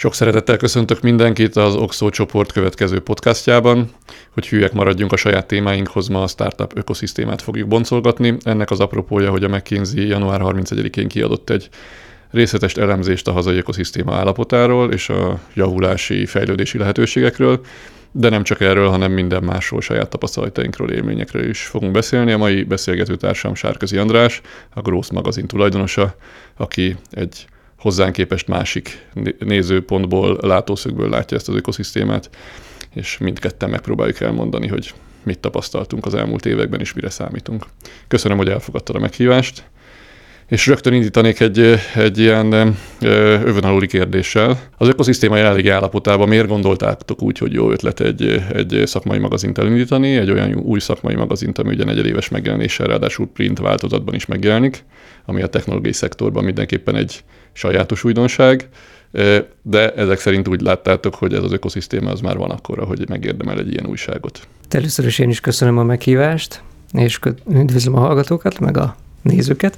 Sok szeretettel köszöntök mindenkit az Oxo csoport következő podcastjában. Hogy hűek maradjunk a saját témáinkhoz, ma a startup ökoszisztémát fogjuk boncolgatni. Ennek az apropója, hogy a McKinsey január 31-én kiadott egy részletes elemzést a hazai ökoszisztéma állapotáról és a javulási, fejlődési lehetőségekről, de nem csak erről, hanem minden másról, saját tapasztalatainkról, élményekről is fogunk beszélni. A mai beszélgetőtársam Sárközi András, a Growth magazin tulajdonosa, aki egy hozzánk képest másik nézőpontból, látószögből látja ezt az ökoszisztémát, és mindketten megpróbáljuk elmondani, hogy mit tapasztaltunk az elmúlt években, és mire számítunk. Köszönöm, hogy elfogadtad a meghívást, és rögtön indítanék egy ilyen övön aluli kérdéssel. Az ökoszisztéma jelenlegi állapotában miért gondoltátok úgy, hogy jó ötlet egy szakmai magazint elindítani, egy olyan új szakmai magazint, ami ugye negyedéves megjelenéssel, ráadásul print változatban is megjelenik, ami a technológiai szektorban mindenképpen egy sajátos újdonság, de ezek szerint úgy láttátok, hogy ez az ökoszisztéma az már van akkora, hogy megérdemel egy ilyen újságot. Először is én is köszönöm a meghívást, és üdvözlöm a hallgatókat, meg a nézőket.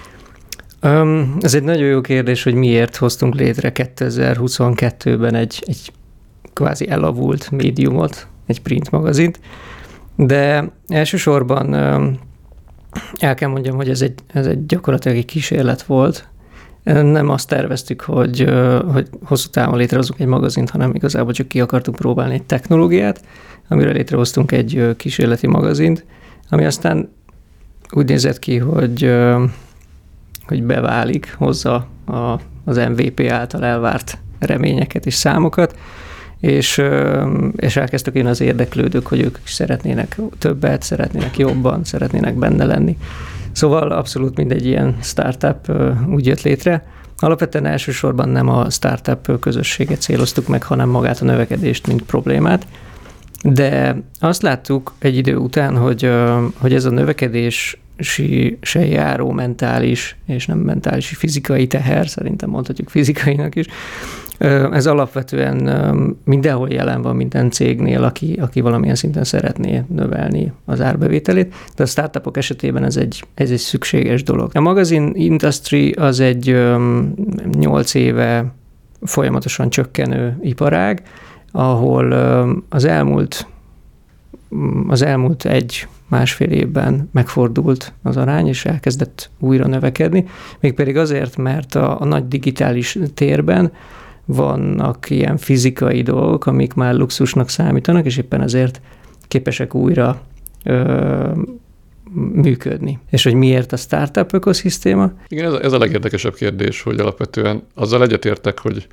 Ez egy nagyon jó kérdés, hogy miért hoztunk létre 2022-ben egy kvázi elavult médiumot, egy print magazint, de elsősorban el kell mondjam, hogy ez egy gyakorlatilag egy kísérlet volt. Nem azt terveztük, hogy hosszú távon létrehozunk egy magazint, hanem igazából csak ki akartunk próbálni egy technológiát, amire létrehoztunk egy kísérleti magazint, ami aztán úgy nézett ki, hogy beválik, hozza az MVP által elvárt reményeket és számokat, és elkezdtek én az érdeklődők, hogy ők is szeretnének többet, szeretnének jobban, szeretnének benne lenni. Szóval abszolút mindegy ilyen startup úgy jött létre. Alapvetően elsősorban nem a startup közösséget céloztuk meg, hanem magát a növekedést, mint problémát. De azt láttuk egy idő után, hogy ez a növekedés se járó mentális, és nem mentális, fizikai teher, szerintem mondhatjuk fizikainak is. Ez alapvetően mindenhol jelen van, minden cégnél, aki valamilyen szinten szeretné növelni az árbevételét, de a startupok esetében ez egy szükséges dolog. A magazin industry az egy 8 éve folyamatosan csökkenő iparág, ahol az elmúlt 1-1,5 évben megfordult az arány, és elkezdett újra növekedni, mégpedig azért, mert a nagy digitális térben vannak ilyen fizikai dolgok, amik már luxusnak számítanak, és éppen ezért képesek újra működni. És hogy miért a startup ökoszisztéma? Igen, ez a legérdekesebb kérdés, hogy alapvetően azzal egyetértek, hogy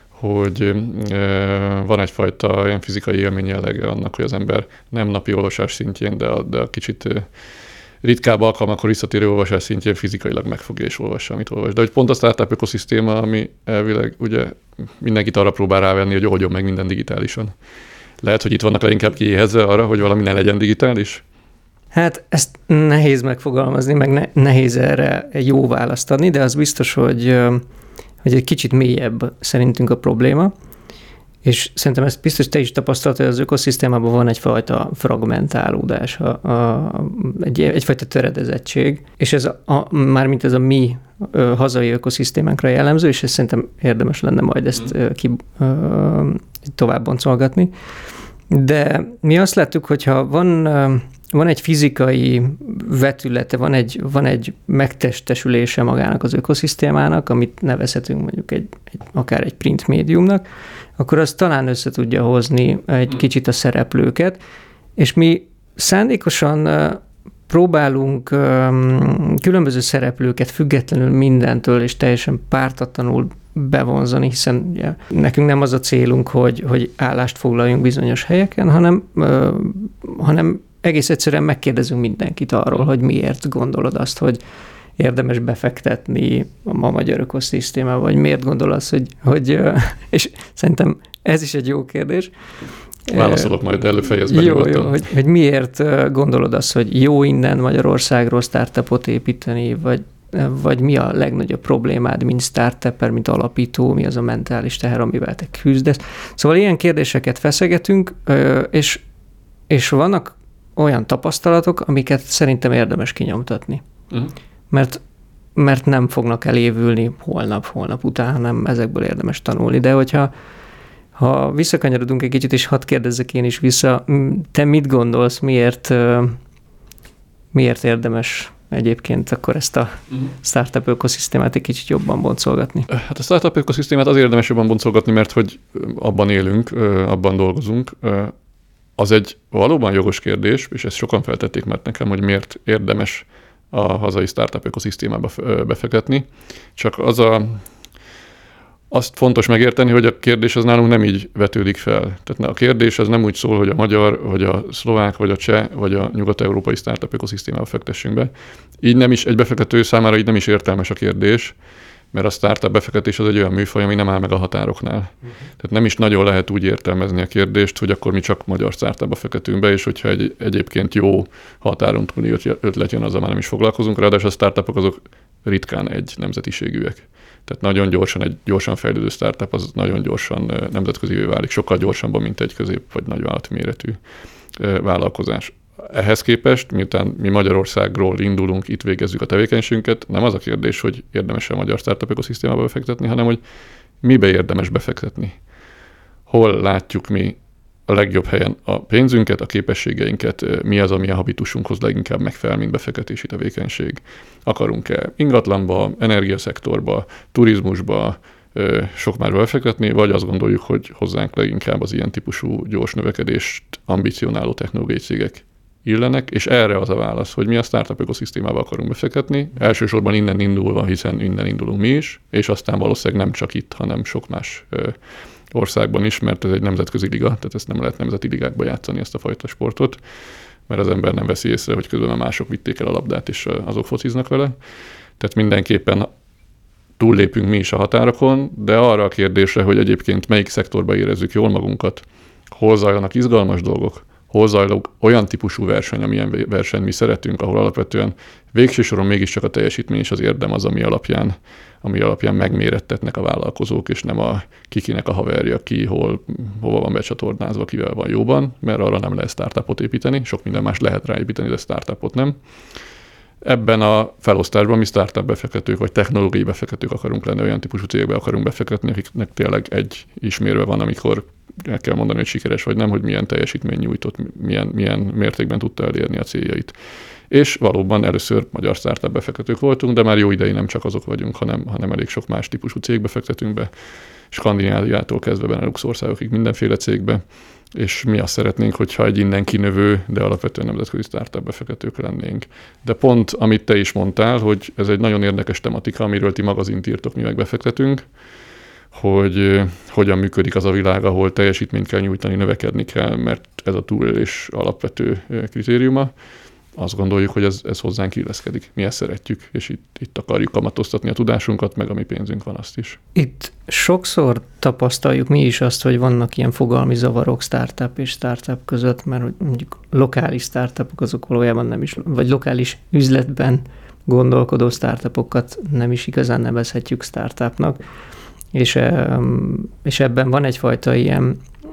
van egyfajta ilyen fizikai élmény jellege annak, hogy az ember nem napi olvasás szintjén, de a kicsit ritkább alkalmakkor visszatérő olvasás szintjén fizikailag megfogja és olvassa, amit olvas. De hogy pont a startup ökoszisztéma, ami elvileg ugye mindenkit arra próbál rávenni, hogy oldjon meg minden digitálisan. Lehet, hogy itt vannak leginkább kiéhezve arra, hogy valami ne legyen digitális? Hát ezt nehéz megfogalmazni, meg nehéz erre jó választ adni, de az biztos, hogy egy kicsit mélyebb szerintünk a probléma, és szerintem ezt biztos te is tapasztaltad, hogy az ökoszisztémában van egyfajta fragmentálódás, egyfajta töredezettség, és ez mármint ez a mi hazai ökoszisztémánkra jellemző, és ez szerintem érdemes lenne majd ezt tovább boncolgatni. De mi azt láttuk, hogyha van egy fizikai vetülete, van egy megtestesülése magának az ökoszisztémának, amit nevezhetünk mondjuk akár egy print médiumnak, akkor az talán össze tudja hozni egy kicsit a szereplőket, és mi szándékosan próbálunk különböző szereplőket függetlenül mindentől és teljesen pártatlanul bevonzani, hiszen ugye, nekünk nem az a célunk, hogy állást foglaljunk bizonyos helyeken, hanem egész egyszerűen megkérdezünk mindenkit arról, hogy miért gondolod azt, hogy érdemes befektetni a magyar ökoszisztémába, vagy miért gondol azt, hogy és szerintem ez is egy jó kérdés. Válaszolok majd, de előfejezd be. Jó, hogy miért gondolod azt, hogy jó innen Magyarországról startupot építeni, vagy mi a legnagyobb problémád, mint startupper, mint alapító, mi az a mentális teher, amivel te küzdesz. Szóval ilyen kérdéseket feszegetünk, és vannak olyan tapasztalatok, amiket szerintem érdemes kinyomtatni. Mert mert nem fognak elévülni holnap után, hanem ezekből érdemes tanulni. De hogyha visszakanyarodunk egy kicsit, és hadd kérdezzek én is vissza, te mit gondolsz, miért érdemes egyébként akkor ezt a startup ökoszisztémát egy kicsit jobban boncolgatni? Hát a startup ökoszisztémát azért érdemes jobban boncolgatni, mert hogy abban élünk, abban dolgozunk. Az egy valóban jogos kérdés, és ezt sokan feltették már nekem, hogy miért érdemes a hazai startup ökoszisztémába befektetni. Csak azt fontos megérteni, hogy a kérdés az nálunk nem így vetődik fel. Tehát a kérdés az nem úgy szól, hogy a magyar, vagy a szlovák, vagy a cseh, vagy a nyugat-európai startup ökoszisztémába fektessünk be. Így nem is, egy befektető számára így nem is értelmes a kérdés, mert a startup befektetés az egy olyan műfaj, ami nem áll meg a határoknál. Tehát nem is nagyon lehet úgy értelmezni a kérdést, hogy akkor mi csak magyar startupba fektetünk be, és hogyha egy egyébként jó határon túli ötlet jön, azzal már nem is foglalkozunk. Ráadásul a startupok azok ritkán egy nemzetiségűek. Tehát nagyon gyorsan, egy gyorsan fejlődő startup az nagyon gyorsan nemzetközivé válik, sokkal gyorsabban, mint egy közép vagy nagyvállalati méretű vállalkozás. Ehhez képest, miután mi Magyarországról indulunk, itt végezzük a tevékenységünket, nem az a kérdés, hogy érdemes a magyar startup ökoszisztémába befektetni, hanem hogy mibe érdemes befektetni. Hol látjuk mi a legjobb helyen a pénzünket, a képességeinket, mi az, ami a habitusunkhoz leginkább megfelel, mint befektetési tevékenység. Akarunk-e ingatlanba, energiaszektorba, turizmusba, sok másba befektetni, vagy azt gondoljuk, hogy hozzánk leginkább az ilyen típusú gyors növekedést ambicionáló technológiai cégek illenek, és erre az a válasz, hogy mi a startup ökoszisztémába akarunk befektetni. Elsősorban innen indulva, hiszen innen indulunk mi is, és aztán valószínűleg nem csak itt, hanem sok más országban is, mert ez egy nemzetközi liga, tehát ezt nem lehet nemzeti ligákba játszani, ezt a fajta sportot, mert az ember nem veszi észre, hogy közben mások vitték el a labdát, és azok fociznak vele. Tehát mindenképpen túllépünk mi is a határokon, de arra a kérdésre, hogy egyébként melyik szektorba érezzük jól magunkat, hol zajlanak izgalmas dolgok, hol zajlok olyan típusú verseny, amilyen verseny mi szeretünk, ahol alapvetően végső soron mégiscsak a teljesítmény és az érdem az, ami alapján megmérettetnek a vállalkozók, és nem a kikinek a haverja, ki hova van becsatornázva, kivel van jóban, mert arra nem lehet startupot építeni, sok minden más lehet ráépíteni, de startupot nem. Ebben a felosztásban mi startup befektetők, vagy technológiai befektetők akarunk lenni, olyan típusú cégekbe akarunk befektetni, akiknek tényleg egy ismérve van, amikor el kell mondani, hogy sikeres vagy nem, hogy milyen teljesítmény nyújtott, milyen mértékben tudta elérni a céljait. És valóban először magyar startup befektetők voltunk, de már jó ideig nem csak azok vagyunk, hanem elég sok más típusú cégbe fektetünk be, Skandináviától kezdve Benelux országokig mindenféle cégbe, és mi azt szeretnénk, hogyha egy innen kinövő, de alapvetően nemzetközi startup befektetők lennénk. De pont, amit te is mondtál, hogy ez egy nagyon érdekes tematika, amiről ti magazint írtok, mi meg befektetünk, hogy hogyan működik az a világ, ahol teljesítményt kell nyújtani, növekedni kell, mert ez a túlélés alapvető kritériuma. Azt gondoljuk, hogy ez hozzánk illeszkedik. Mi ezt szeretjük, és itt akarjuk kamatoztatni a tudásunkat, meg a mi pénzünk van azt is. Itt sokszor tapasztaljuk mi is azt, hogy vannak ilyen fogalmi zavarok startup és startup között, mert hogy mondjuk lokális startupok azok valójában nem is, vagy lokális üzletben gondolkodó startupokat nem is igazán nevezhetjük startupnak, és ebben van egyfajta ilyen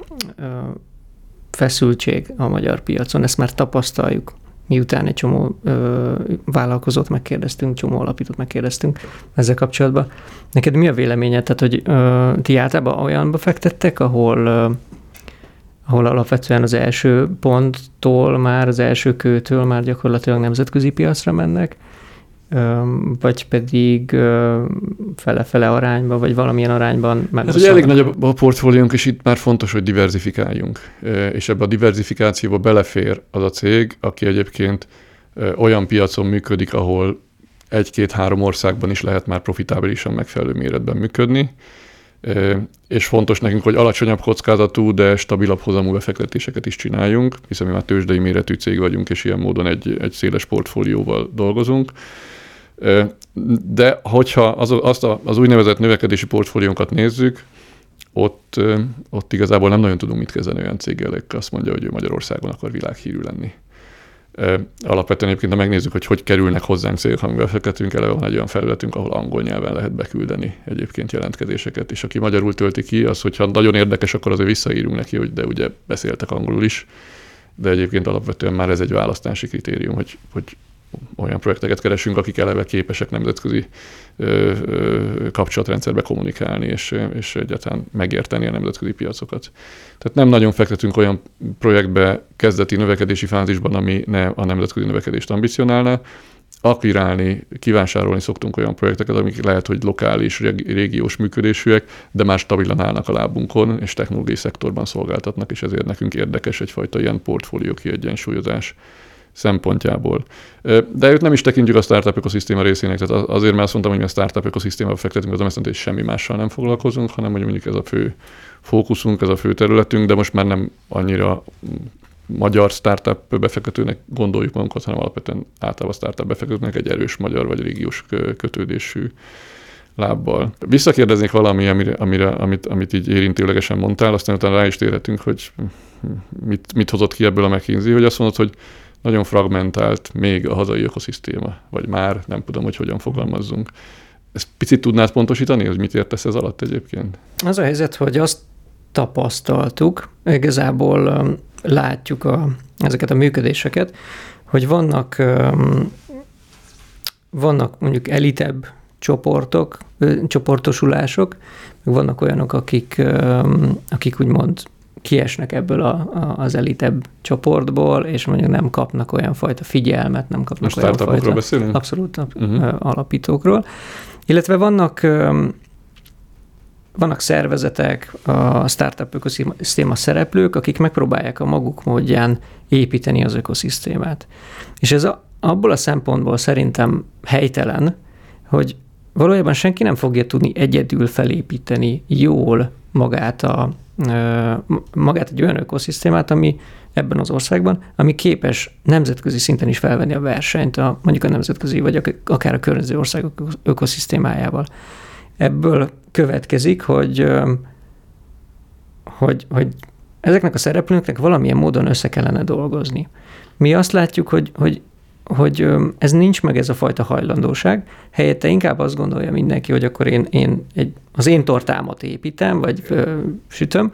feszültség a magyar piacon, ezt már tapasztaljuk. Miután egy csomó vállalkozót megkérdeztünk, csomó alapítót megkérdeztünk ezzel kapcsolatban. Neked mi a véleményed? Tehát, hogy ti általában olyanba fektettek, ahol alapvetően az első ponttól már, az első kőtől már gyakorlatilag nemzetközi piacra mennek, vagy pedig fele-fele arányban, vagy valamilyen arányban megosztanak? Ez ugye elég nagy a portfóliónk, és itt már fontos, hogy diverzifikáljunk. És ebbe a diverzifikációba belefér az a cég, aki egyébként olyan piacon működik, ahol 1-2-3 országban is lehet már profitábilisan megfelelő méretben működni. És fontos nekünk, hogy alacsonyabb kockázatú, de stabilabb hozamú befektetéseket is csináljunk, hiszen mi már tőzsdei méretű cég vagyunk, és ilyen módon egy széles portfólióval dolgozunk. De hogyha az úgynevezett növekedési portfóliónkat nézzük, ott igazából nem nagyon tudunk mit kezdeni olyan céggel, aki azt mondja, hogy ő Magyarországon akar világhírű lenni. Alapvetően egyébként, ha megnézzük, hogy kerülnek hozzánk cégek, amivel fektetünk, eleve van egy olyan felületünk, ahol angol nyelven lehet beküldeni egyébként jelentkezéseket, és aki magyarul tölti ki, az, hogyha nagyon érdekes, akkor azért visszaírunk neki, hogy de ugye beszéltek angolul is, de egyébként alapvetően már ez egy választási kritérium, hogy olyan projekteket keresünk, akik eleve képesek nemzetközi kapcsolatrendszerbe kommunikálni, és egyáltalán megérteni a nemzetközi piacokat. Tehát nem nagyon fektetünk olyan projektbe kezdeti növekedési fázisban, ami ne a nemzetközi növekedést ambicionálná. Akvirálni, kivásárolni szoktunk olyan projekteket, amik lehet, hogy lokális, régiós működésűek, de már stabilan állnak a lábunkon, és technológiai szektorban szolgáltatnak, és ezért nekünk érdekes egyfajta ilyen portfólió kiegyensúlyozás szempontjából. De őt nem is tekintjük a startup ökoszisztéma részének, tehát azért már azt mondtam, hogy mi a startup ökoszisztémába fektetünk, az nem azt jelenti, hogy semmi mással nem foglalkozunk, hanem hogy mondjuk ez a fő fókuszunk, ez a fő területünk, de most már nem annyira magyar startup befektetőnek gondoljuk magunkat, hanem alapvetően általában startup befektetőnek egy erős magyar vagy régiós kötődésű lábbal. Visszakérdeznék valami, amit így érintőlegesen mondtál, aztán utána rá is térhetünk, hogy mit hozott ki ebből a McKinsey, hogy azt mondod, hogy nagyon fragmentált még a hazai ökoszisztéma, vagy már nem tudom, hogy hogyan fogalmazzunk. Ezt picit tudnád pontosítani, hogy mit értesz ez alatt egyébként? Az a helyzet, hogy azt tapasztaltuk, igazából látjuk ezeket a működéseket, hogy vannak mondjuk elitebb csoportok, csoportosulások, meg vannak olyanok, akik úgymond kiesnek ebből az elitebb csoportból, és mondjuk nem kapnak olyan fajta figyelmet, nem kapnak most olyan fajta... startupokról beszélünk? Abszolút alapítókról. Illetve vannak szervezetek, a startup ökoszisztéma szereplők, akik megpróbálják a maguk módján építeni az ökoszisztémát. És ez abból a szempontból szerintem helytelen, hogy valójában senki nem fogja tudni egyedül felépíteni jól magát egy olyan ökoszisztémát, ami ebben az országban, ami képes nemzetközi szinten is felvenni a versenyt, mondjuk a nemzetközi, vagy akár a környező országok ökoszisztémájával. Ebből következik, hogy ezeknek a szereplőknek valamilyen módon össze kellene dolgozni. Mi azt látjuk, hogy ez nincs meg, ez a fajta hajlandóság, helyette inkább azt gondolja mindenki, hogy akkor én az én tortámat építem, vagy sütöm,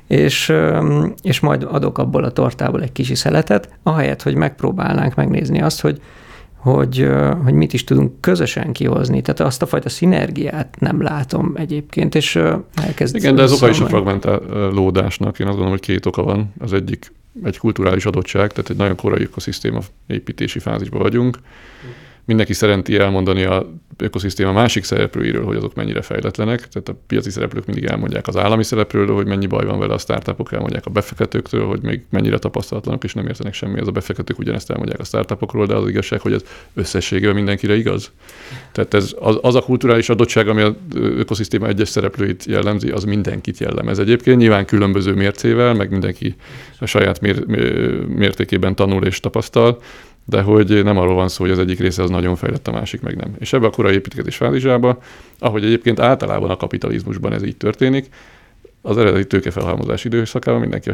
és majd adok abból a tortából egy kis szeletet, ahelyett, hogy megpróbálnánk megnézni azt, hogy mit is tudunk közösen kihozni. Tehát azt a fajta szinergiát nem látom egyébként, és elkezd... Igen, de ez oka is a fragmentálódásnak. Én azt gondolom, hogy két oka van. Az egyik egy kulturális adottság, tehát egy nagyon korai ökoszisztéma építési fázisban vagyunk. Mindenki szereti elmondani az ökoszisztéma másik szereplőiről, hogy azok mennyire fejletlenek. Tehát a piaci szereplők mindig elmondják az állami szereplőről, hogy mennyi baj van vele, a startupok elmondják a befektetőktől, hogy még mennyire tapasztalatlanok és nem értenek semmihez. A befektetők ugyanezt elmondják a startupokról, de az igazság, hogy ez összességében mindenkire igaz. Tehát ez az a kulturális adottság, ami az ökoszisztéma egyes szereplőit jellemzi, az mindenkit jellemez egyébként. Nyilván különböző mércével, meg mindenki a saját mértékében tanul és tapasztal, de hogy nem arról van szó, hogy az egyik része az nagyon fejlett, a másik meg nem. És ebbe a korai építkezés fázisában, ahogy egyébként általában a kapitalizmusban ez így történik, az eredeti tőkefelhalmozás időszakában mindenki a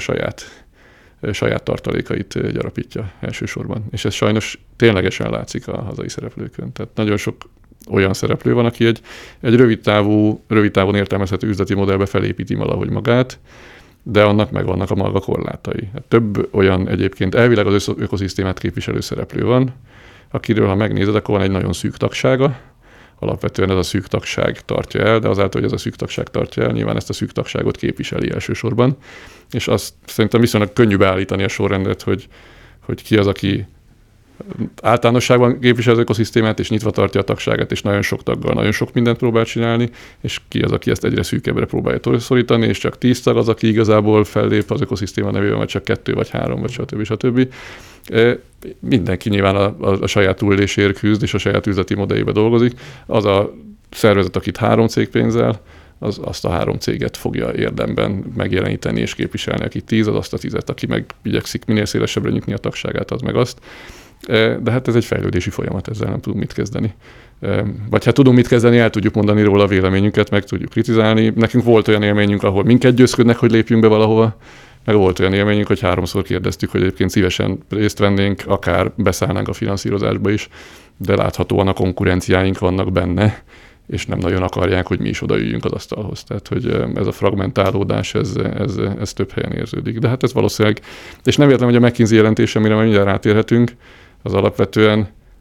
saját tartalékait gyarapítja elsősorban. És ez sajnos ténylegesen látszik a hazai szereplőkön. Tehát nagyon sok olyan szereplő van, aki egy rövid távon értelmezhető üzleti modellbe felépíti valahogy magát, de annak megvannak a maga korlátai. Több olyan egyébként elvileg az ökoszisztémát képviselő szereplő van, akiről, ha megnézed, akkor van egy nagyon szűk tagsága. Alapvetően ez a szűk tagság tartja el, de azáltal, hogy ez a szűk tagság tartja el, nyilván ezt a szűk tagságot képviseli elsősorban. És azt szerintem viszonylag könnyű beállítani a sorrendet, hogy ki az, aki általánosságban képvisel az ökoszisztémát, és nyitva tartja a tagságát, és nagyon sok taggal nagyon sok mindent próbál csinálni, és ki az, aki ezt egyre szűkebbre próbálja szorítani, és csak 10 tag az, aki igazából fellép az ökoszisztéma nevében, vagy csak 2 vagy 3, vagy stb. Mindenki nyilván a saját túléléséért küzd, és a saját üzleti modelljébe dolgozik. Az a szervezet, akit 3 cég pénzzel, azt a 3 céget fogja érdemben megjeleníteni és képviselni, aki 10, az azt a 10-et, aki meg igyekszik minél szélesebbre nyitni a tagságát, az meg azt. De hát ez egy fejlődési folyamat, ezzel nem tudunk mit kezdeni. Vagy hát tudunk mit kezdeni, el tudjuk mondani róla a véleményünket, meg tudjuk kritizálni. Nekünk volt olyan élményünk, ahol minket győzködnek, hogy lépjünk be valahova, meg volt olyan élményünk, hogy 3-szor kérdeztük, hogy egyébként szívesen részt vennénk, akár beszállnánk a finanszírozásba is, de láthatóan a konkurenciáink vannak benne, és nem nagyon akarják, hogy mi is odaüljünk az asztalhoz. Tehát, hogy ez a fragmentálódás, ez több helyen érződik. De hát ez valószínűleg, és nem értem, hogy a McKinsey jelentése, amire majd mindjárt rátérhetünk, az alapvetően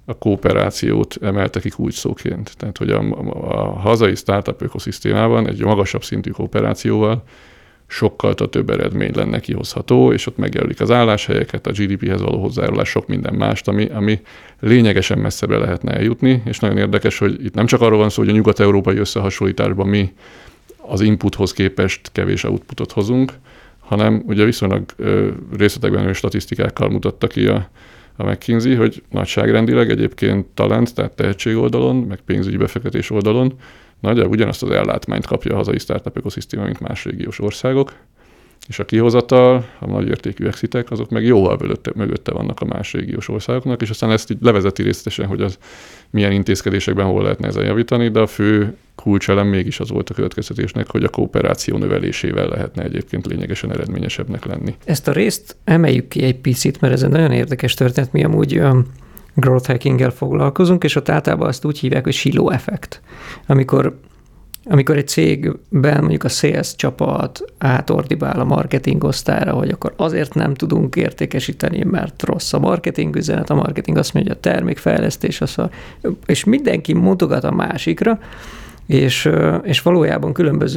a kooperációt emelte ki kulcsszóként. Tehát, hogy a hazai startup ökoszisztémában egy magasabb szintű kooperációval sokkal több eredmény lenne kihozható, és ott megjelölik az álláshelyeket, a GDP-hez való hozzájárulás, sok minden mást, ami lényegesen messzebbre lehetne eljutni, és nagyon érdekes, hogy itt nem csak arról van szó, hogy a nyugat-európai összehasonlításban mi az inputhoz képest kevés outputot hozunk, hanem ugye viszonylag részletekben statisztikákkal mutatta ki a McKinsey, hogy nagyságrendileg egyébként talent, tehát tehetség oldalon, meg pénzügyi befektetés oldalon nagyjából ugyanazt az ellátmányt kapja a hazai startup ökoszisztéma, mint más régiós országok, és a kihozatal, a nagy értékű exitek, azok meg jóval mögötte vannak a más régiós országoknak, és aztán ezt így levezeti részletesen, hogy az milyen intézkedésekben hol lehetne ezen javítani, de a fő kulcselem mégis az volt a következtetésnek, hogy a kooperáció növelésével lehetne egyébként lényegesen eredményesebbnek lenni. Ezt a részt emeljük ki egy picit, mert ez egy nagyon érdekes történet. Mi amúgy growth hackinggel foglalkozunk, és ott általában azt úgy hívják, hogy siló effekt. Amikor egy cégben mondjuk a sales csapat átordibál a marketing osztályra, hogy akkor azért nem tudunk értékesíteni, mert rossz a marketing üzenet, a marketing azt mondja, hogy a termékfejlesztés, és mindenki mutogat a másikra, és valójában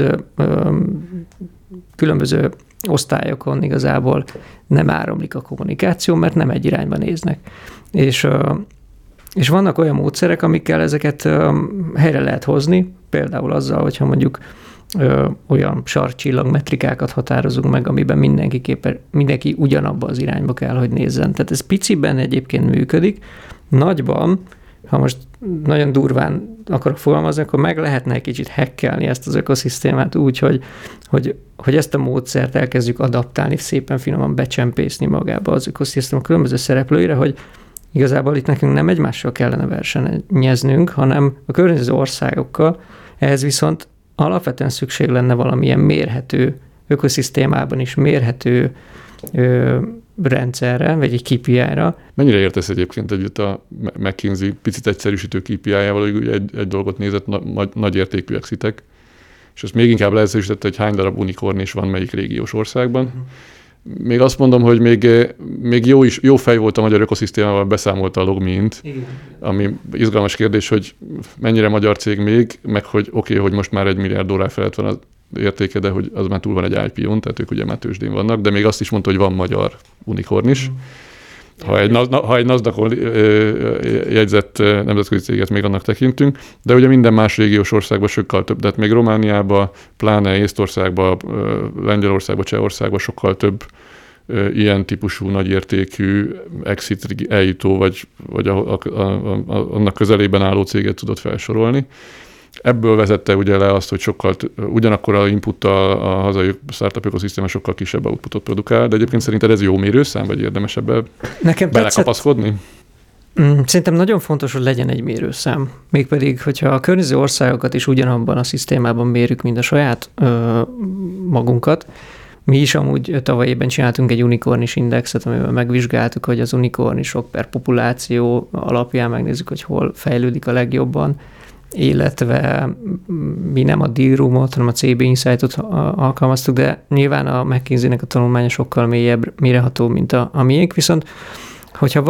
különböző osztályokon igazából nem áramlik a kommunikáció, mert nem egy irányba néznek. És vannak olyan módszerek, amikkel ezeket helyre lehet hozni, például azzal, hogyha mondjuk olyan sarkcsillag metrikákat határozunk meg, amiben mindenki ugyanabba az irányba kell, hogy nézzen. Tehát ez piciben egyébként működik, nagyban, ha most nagyon durván akarok fogalmazni, akkor meg lehetne egy kicsit hackelni ezt az ökoszisztémát úgy, hogy ezt a módszert elkezdjük adaptálni, szépen finoman becsempészni magába az ökoszisztéma különböző szereplőire, hogy igazából itt nekünk nem egymással kellene versenyeznünk, hanem a környező országokkal, ehhez viszont alapvetően szükség lenne valamilyen mérhető ökoszisztémában is mérhető rendszerre, vagy egy KPI-ra. Mennyire értesz egyébként együtt a McKinsey picit egyszerűsítő KPI-jával, hogy egy dolgot nézett, nagy értékű exitek, és ezt még inkább leegyszerűsítette, hogy hány darab unikorn is van melyik régiós országban. Még azt mondom, hogy még jó fej volt a magyar ökoszisztémával, beszámolta a LogMeInt, ami izgalmas kérdés, hogy mennyire magyar cég még, meg hogy oké, hogy most már $1 milliárd felett van az értéke, de hogy az már túl van egy IPO-n, tehát ők ugye már tőzsdén vannak, de még azt is mondta, hogy van magyar unikorn is. Ha egy NASDAQ-on jegyzett nemzetközi céget még annak tekintünk, de ugye minden más régiós országban sokkal több, de hát még Romániában, pláne Észtországban, Lengyelországban, Csehországban sokkal több ilyen típusú nagyértékű exit eljutó, vagy annak közelében álló céget tudott felsorolni. Ebből vezette ugye le azt, hogy sokkal ugyanakkor a inputtal a hazai startup ökoszisztéma sokkal kisebb outputot produkál, de egyébként szerinted ez jó mérőszám, vagy érdemes ebbe belekapaszkodni? Szerintem nagyon fontos, hogy legyen egy mérőszám. Mégpedig, hogyha a környező országokat is ugyanabban a szisztémában mérjük, mint a saját magunkat, mi is amúgy tavaly évben csináltunk egy unikornis indexet, amiben megvizsgáltuk, hogy az unikornisok per populáció alapján megnézzük, hogy hol fejlődik a legjobban, illetve mi nem a Deal Room-ot, hanem a CB Insight-ot alkalmaztuk, de nyilván a McKinsey-nek a tanulmánya sokkal mélyreható, mint a miénk, viszont hogyha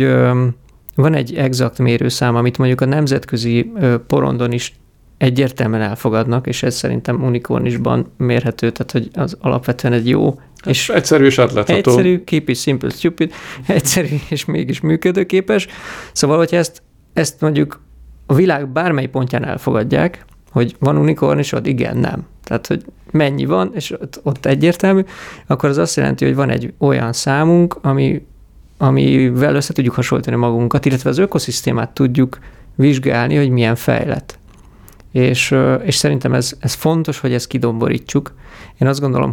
van egy exakt mérőszám, amit mondjuk a nemzetközi porondon is egyértelműen elfogadnak, és ez szerintem unikornisban mérhető, tehát hogy az alapvetően egy jó, és egyszerű és átlátható. Egyszerű, keep it simple, stupid, egyszerű és mégis működőképes. Szóval, hogyha ezt mondjuk a világ bármely pontján elfogadják, hogy van unikornisod, igen, nem. Tehát, hogy mennyi van, és ott egyértelmű, akkor az azt jelenti, hogy van egy olyan számunk, amivel össze tudjuk hasonlítani magunkat, illetve az ökoszisztémát tudjuk vizsgálni, hogy milyen fejlett. És szerintem ez fontos, hogy ezt kidomborítsuk. Én azt gondolom,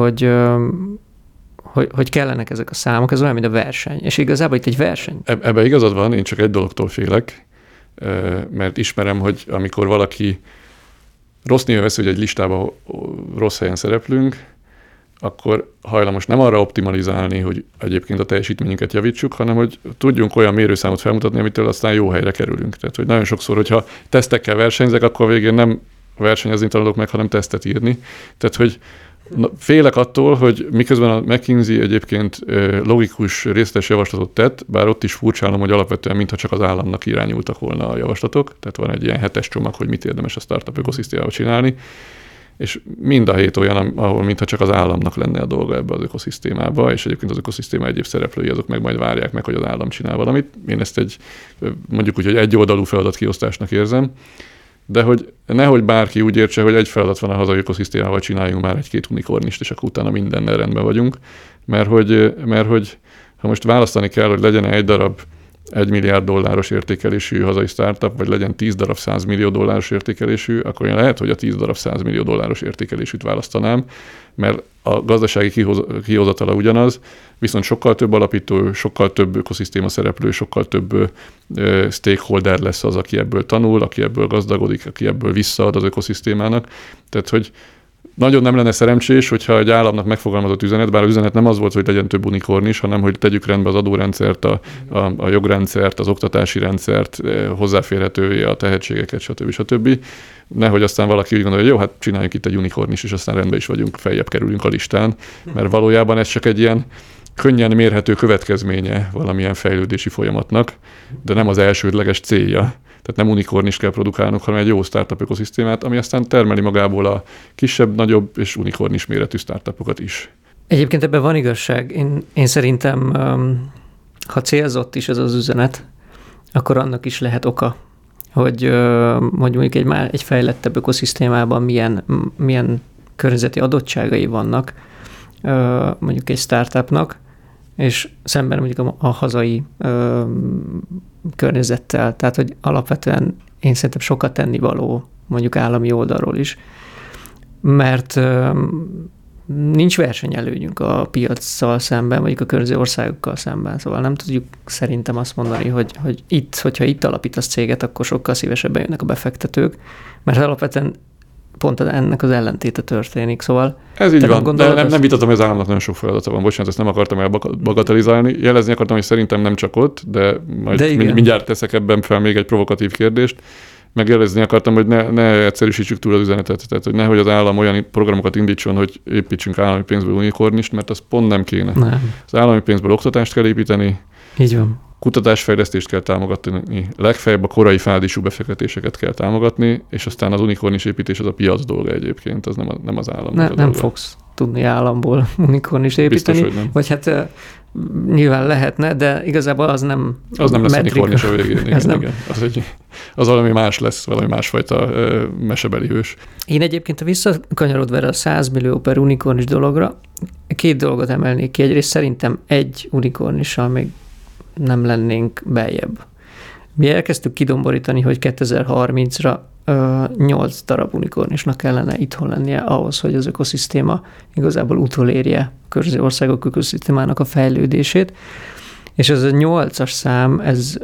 hogy kellenek ezek a számok, ez olyan, mint a verseny. És igazából itt egy verseny. Ebben igazad van, én csak egy dologtól félek, mert ismerem, hogy amikor valaki rossz néven veszi, hogy egy listában rossz helyen szereplünk, akkor hajlamos nem arra optimalizálni, hogy egyébként a teljesítményünket javítsuk, hanem hogy tudjunk olyan mérőszámot felmutatni, amitől aztán jó helyre kerülünk. Tehát, hogy nagyon sokszor, hogyha tesztekkel versenyzek, akkor végén nem versenyezni tanulok meg, hanem tesztet írni. Tehát, hogy Félek attól, hogy miközben a McKinsey egyébként logikus, részletes javaslatot tett, bár ott is furcsálom, hogy alapvetően mintha csak az államnak irányultak volna a javaslatok, tehát van egy ilyen 7-es csomag, hogy mit érdemes a startup ökoszisztémával csinálni, és mind a 7 olyan, ahol mintha csak az államnak lenne a dolga ebbe az ökoszisztémába, és egyébként az ökoszisztéma egyéb szereplői azok meg majd várják meg, hogy az állam csinál valamit. Én ezt mondjuk úgy, hogy egyoldalú feladatkiosztásnak érzem, de hogy nehogy bárki úgy értse, hogy egy feladat van a hazai ökoszisztémával, csináljunk már egy-két unikornist, és akkor utána mindennel rendben vagyunk. Mert hogy ha most választani kell, hogy legyen egy darab $1 milliárd értékelésű hazai startup, vagy legyen 10 darab $100 millió értékelésű, akkor én lehet, hogy a 10 darab $100 millió értékelésűt választanám, mert a gazdasági kihozatala ugyanaz, viszont sokkal több alapító, sokkal több ökoszisztéma szereplő, sokkal több stakeholder lesz az, aki ebből tanul, aki ebből gazdagodik, aki ebből visszaad az ökoszisztémának. Tehát, hogy nagyon nem lenne szerencsés, hogyha egy államnak megfogalmazott üzenet, bár az üzenet nem az volt, hogy legyen több unikornis, hanem hogy tegyük rendbe az adórendszert, a jogrendszert, az oktatási rendszert, hozzáférhetővé a tehetségeket, stb. Nehogy aztán valaki úgy gondolja, hogy jó, hát csináljunk itt egy unikornis, és aztán rendben is vagyunk, feljebb kerülünk a listán, mert valójában ez csak egy ilyen könnyen mérhető következménye valamilyen fejlődési folyamatnak, de nem az elsődleges célja. Tehát nem unikornis kell produkálnunk, hanem egy jó startup ökoszisztémát, ami aztán termeli magából a kisebb, nagyobb és unikornis méretű startupokat is. Egyébként ebben van igazság. Én szerintem, ha célzott is ez az üzenet, akkor annak is lehet oka, hogy mondjuk egy fejlettebb ökoszisztémában milyen környezeti adottságai vannak mondjuk egy startupnak, és szemben mondjuk a hazai környezettel. Tehát, hogy alapvetően én szerintem sokat tennivaló mondjuk állami oldalról is, mert nincs versenyelőnyünk a piacsal szemben, mondjuk a környező országokkal szemben. Szóval nem tudjuk szerintem azt mondani, hogy hogyha itt alapítasz céget, akkor sokkal szívesebben jönnek a befektetők, mert alapvetően pont ennek az ellentéte történik, szóval... Ez így van, de nem vitatom, hogy az államnak nagyon sok feladata van. Bocsánat, ezt nem akartam elbagatelizálni. Jelezni akartam, hogy szerintem nem csak ott, de majd mindjárt teszek ebben fel még egy provokatív kérdést. Megjelezni akartam, hogy ne egyszerűsítsük túl az üzenetet, tehát hogy nehogy az állam olyan programokat indítson, hogy építsünk állami pénzből unikornist, mert az pont nem kéne. Nem. Az állami pénzből oktatást kell építeni. Így van. Kutatásfejlesztést kell támogatni, legfeljebb a korai fázisú befektetéseket kell támogatni, és aztán az unikornis építés az a piac dolga egyébként, az nem az állam. Nem fogsz tudni államból unikornis építeni. Biztos, hogy nem. Vagy hát nyilván lehetne, de igazából az nem lesz unikornis a végén. Igen. Az valami más lesz, valami másfajta mesebeli hős. Én egyébként, ha visszakanyarodva erre a 100 millió per unikornis dologra, 2 dolgot emelnék ki. Egyrészt szerintem egy unikornissal még nem lennénk beljebb. Mi elkezdtük kidomborítani, hogy 2030-ra 8 darab unikornisnak kellene itthon lennie ahhoz, hogy az ökoszisztéma igazából utolérje a környező országok ökoszisztémának a fejlődését. És ez a 8-as szám,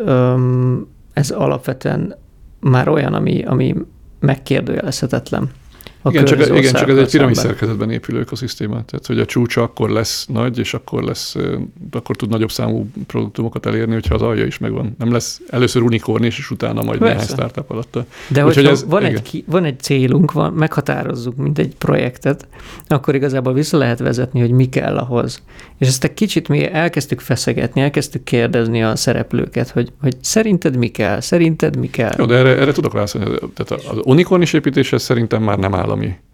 ez alapvetően már olyan, ami megkérdőjelezhetetlen. Igen, csak ez egy piramis szerkezetben épülő ökoszisztéma. Tehát, hogy a csúcsa akkor lesz nagy, és akkor tud nagyobb számú produktumokat elérni, hogyha az alja is megvan. Nem lesz először unikornis, és utána majd néhány startup alatta. De hogyha van egy célunk, meghatározzuk, mint egy projektet, akkor igazából vissza lehet vezetni, hogy mi kell ahhoz. És ezt egy kicsit mi elkezdtük feszegetni, elkezdtük kérdezni a szereplőket, hogy szerinted mi kell? Jó, de erre tudok válaszolni. Tehát az unikornis építéshez szerintem már nem állami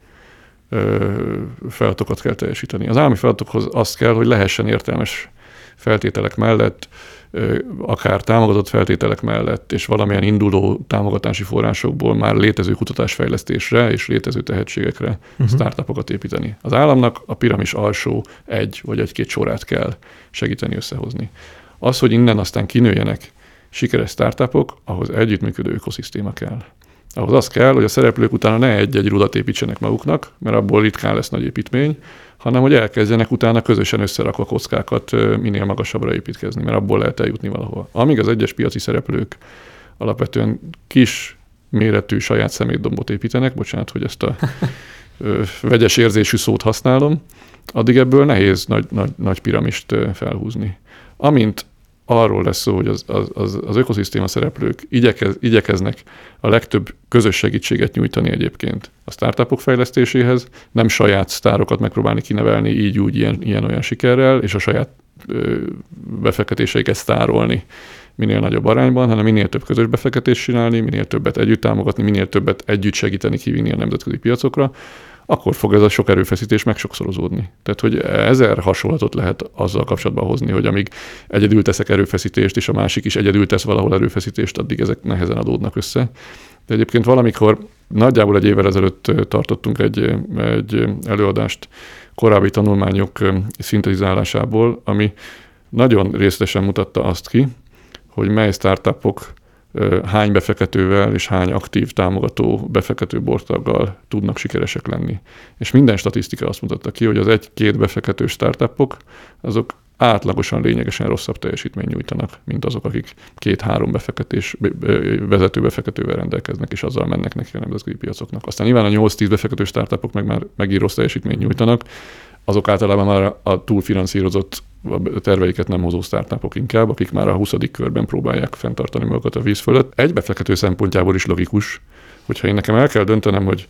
feladatokat kell teljesíteni. Az állami feladatokhoz azt kell, hogy lehessen értelmes feltételek mellett, akár támogatott feltételek mellett, és valamilyen induló támogatási forrásokból már létező kutatásfejlesztésre és létező tehetségekre startupokat építeni. Az államnak a piramis alsó egy vagy egy-két sorát kell segíteni összehozni. Az, hogy innen aztán kinőjenek sikeres startupok, ahhoz együttműködő ökoszisztéma kell. Ahhoz az kell, hogy a szereplők utána ne egy-egy rudat építsenek maguknak, mert abból ritkán lesz nagy építmény, hanem hogy elkezdjenek utána közösen összerakva kockákat minél magasabbra építkezni, mert abból lehet eljutni valahol. Amíg az egyes piaci szereplők alapvetően kis méretű saját szemétdombot építenek, bocsánat, hogy ezt a vegyes érzésű szót használom, addig ebből nehéz nagy piramist felhúzni. Amint arról lesz szó, hogy az ökoszisztéma szereplők igyekeznek a legtöbb közös segítséget nyújtani egyébként a startupok fejlesztéséhez, nem saját sztárokat megpróbálni kinevelni így úgy ilyen-olyan sikerrel, és a saját befektetéseiket sztárolni minél nagyobb arányban, hanem minél több közös befektetést csinálni, minél többet együtt támogatni, minél többet együtt segíteni kivinni a nemzetközi piacokra, akkor fog ez a sok erőfeszítés megsokszorozódni. Tehát, hogy 1000 hasonlatot lehet azzal kapcsolatban hozni, hogy amíg egyedül teszek erőfeszítést, és a másik is egyedül tesz valahol erőfeszítést, addig ezek nehezen adódnak össze. De egyébként valamikor nagyjából egy évvel ezelőtt tartottunk egy előadást korábbi tanulmányok szintetizálásából, ami nagyon részletesen mutatta azt ki, hogy mely startupok hány befektetővel és hány aktív támogató befektető boardtaggal tudnak sikeresek lenni. És minden statisztika azt mutatta ki, hogy az 1-2 befektető startupok, azok átlagosan lényegesen rosszabb teljesítményt nyújtanak, mint azok, akik 2-3 vezető befektetővel rendelkeznek, és azzal mennek neki a nemzetközi piacoknak. Aztán nyilván a 8-10 befektető startupok meg már megint rossz teljesítményt nyújtanak, azok általában már a túlfinanszírozott terveiket nem hozó startupok inkább, akik már a 20. körben próbálják fenntartani magukat a víz fölött. Egy befektető szempontjából is logikus, hogyha én nekem el kell döntenem, hogy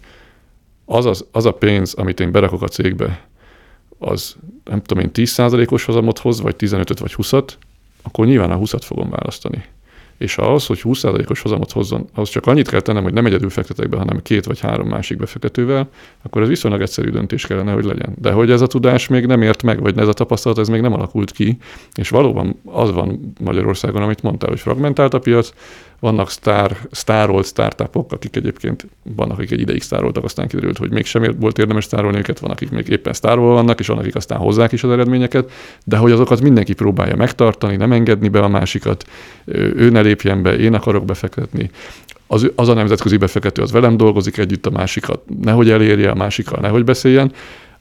az a pénz, amit én berakok a cégbe, az nem tudom én 10%-os hozamot hoz, vagy 15-öt, vagy 20-at, akkor nyilván a 20-at fogom választani. És ahhoz, hogy 20%-os hozamot hozzon, ahhoz csak annyit kell tennem, hogy nem egyedül fektetek be, hanem 2 vagy 3 másik befektetővel, akkor ez viszonylag egyszerű döntés kellene, hogy legyen. De hogy ez a tudás még nem ért meg, vagy ez a tapasztalat, ez még nem alakult ki, és valóban az van Magyarországon, amit mondtál, hogy fragmentált a piac, vannak sztárolt startupok, akik egyébként vannak, akik egy ideig sztároltak, aztán kiderült, hogy mégsem volt érdemes sztárolni őket, van, akik még éppen sztárolva vannak, és van, akik aztán hozzák is az eredményeket, de hogy azokat mindenki próbálja megtartani, nem engedni be a másikat, ő ne lépjen be, én akarok befektetni. Az a nemzetközi befektető, az velem dolgozik együtt, a másikat nehogy elérje, a másikkal nehogy beszéljen,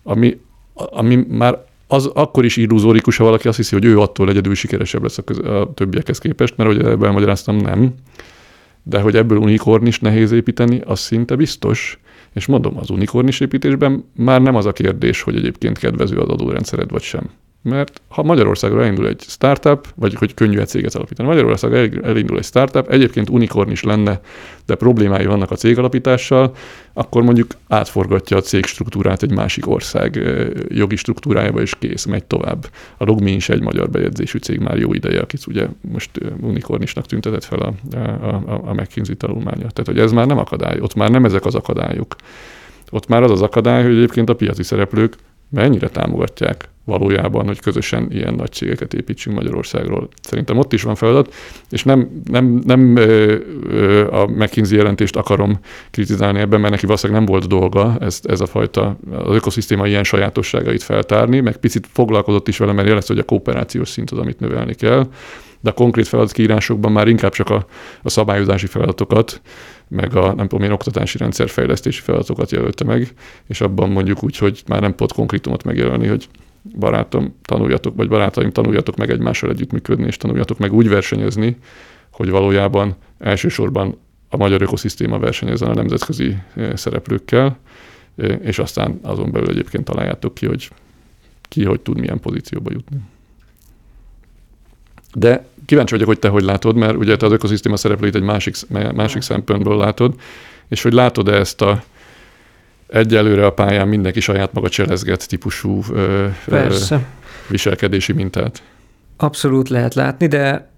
ami már az akkor is illuzórikus, ha valaki azt hiszi, hogy ő attól egyedül sikeresebb lesz a többiekhez képest, mert hogy ebben elmagyaráztam, nem. De hogy ebből unikornis nehéz építeni, az szinte biztos. És mondom, az unikornis építésben már nem az a kérdés, hogy egyébként kedvező az adórendszered vagy sem. Mert ha Magyarországra elindul egy startup, vagy hogy könnyű egy céget alapítani, Magyarországra elindul egy startup, egyébként unikornis lenne, de problémái vannak a cégalapítással, akkor mondjuk átforgatja a cég struktúrát egy másik ország jogi struktúrájába, és kész, megy tovább. A Logmi is egy magyar bejegyzésű cég már jó ideje, akit ugye most unikornisnak tüntetett fel a McKinsey tanulmánya. Tehát, hogy ez már nem akadály, ott már nem ezek az akadályok. Ott már az az akadály, hogy egyébként a piaci szereplők mennyire támogatják valójában, hogy közösen ilyen nagy cégeket építsünk Magyarországról. Szerintem ott is van feladat, és nem a McKinsey jelentést akarom kritizálni ebben, mert neki valószínűleg nem volt dolga ez a fajta, az ökoszisztéma ilyen sajátosságait feltárni, meg picit foglalkozott is vele, mert jelezte, hogy a kooperációs szint az, amit növelni kell, de a konkrét feladatkiírásokban már inkább csak a szabályozási feladatokat, meg a nem tudom én oktatási rendszer fejlesztési feladatokat jelölte meg, és abban mondjuk úgy, hogy már nem pod konkrétumot megjelölni, hogy barátom, tanuljatok, vagy barátaim, tanuljatok meg egymással együttműködni, és tanuljatok meg úgy versenyezni, hogy valójában elsősorban a magyar ökoszisztéma versenyezzen a nemzetközi szereplőkkel, és aztán azon belül egyébként találjátok ki hogy tud milyen pozícióba jutni. De kíváncsi vagyok, hogy te hogy látod, mert ugye te az ökoszisztéma szereplőit egy másik szempontból látod, és hogy látod-e ezt a egyelőre a pályán mindenki saját maga cselezget típusú viselkedési mintát? Abszolút lehet látni, de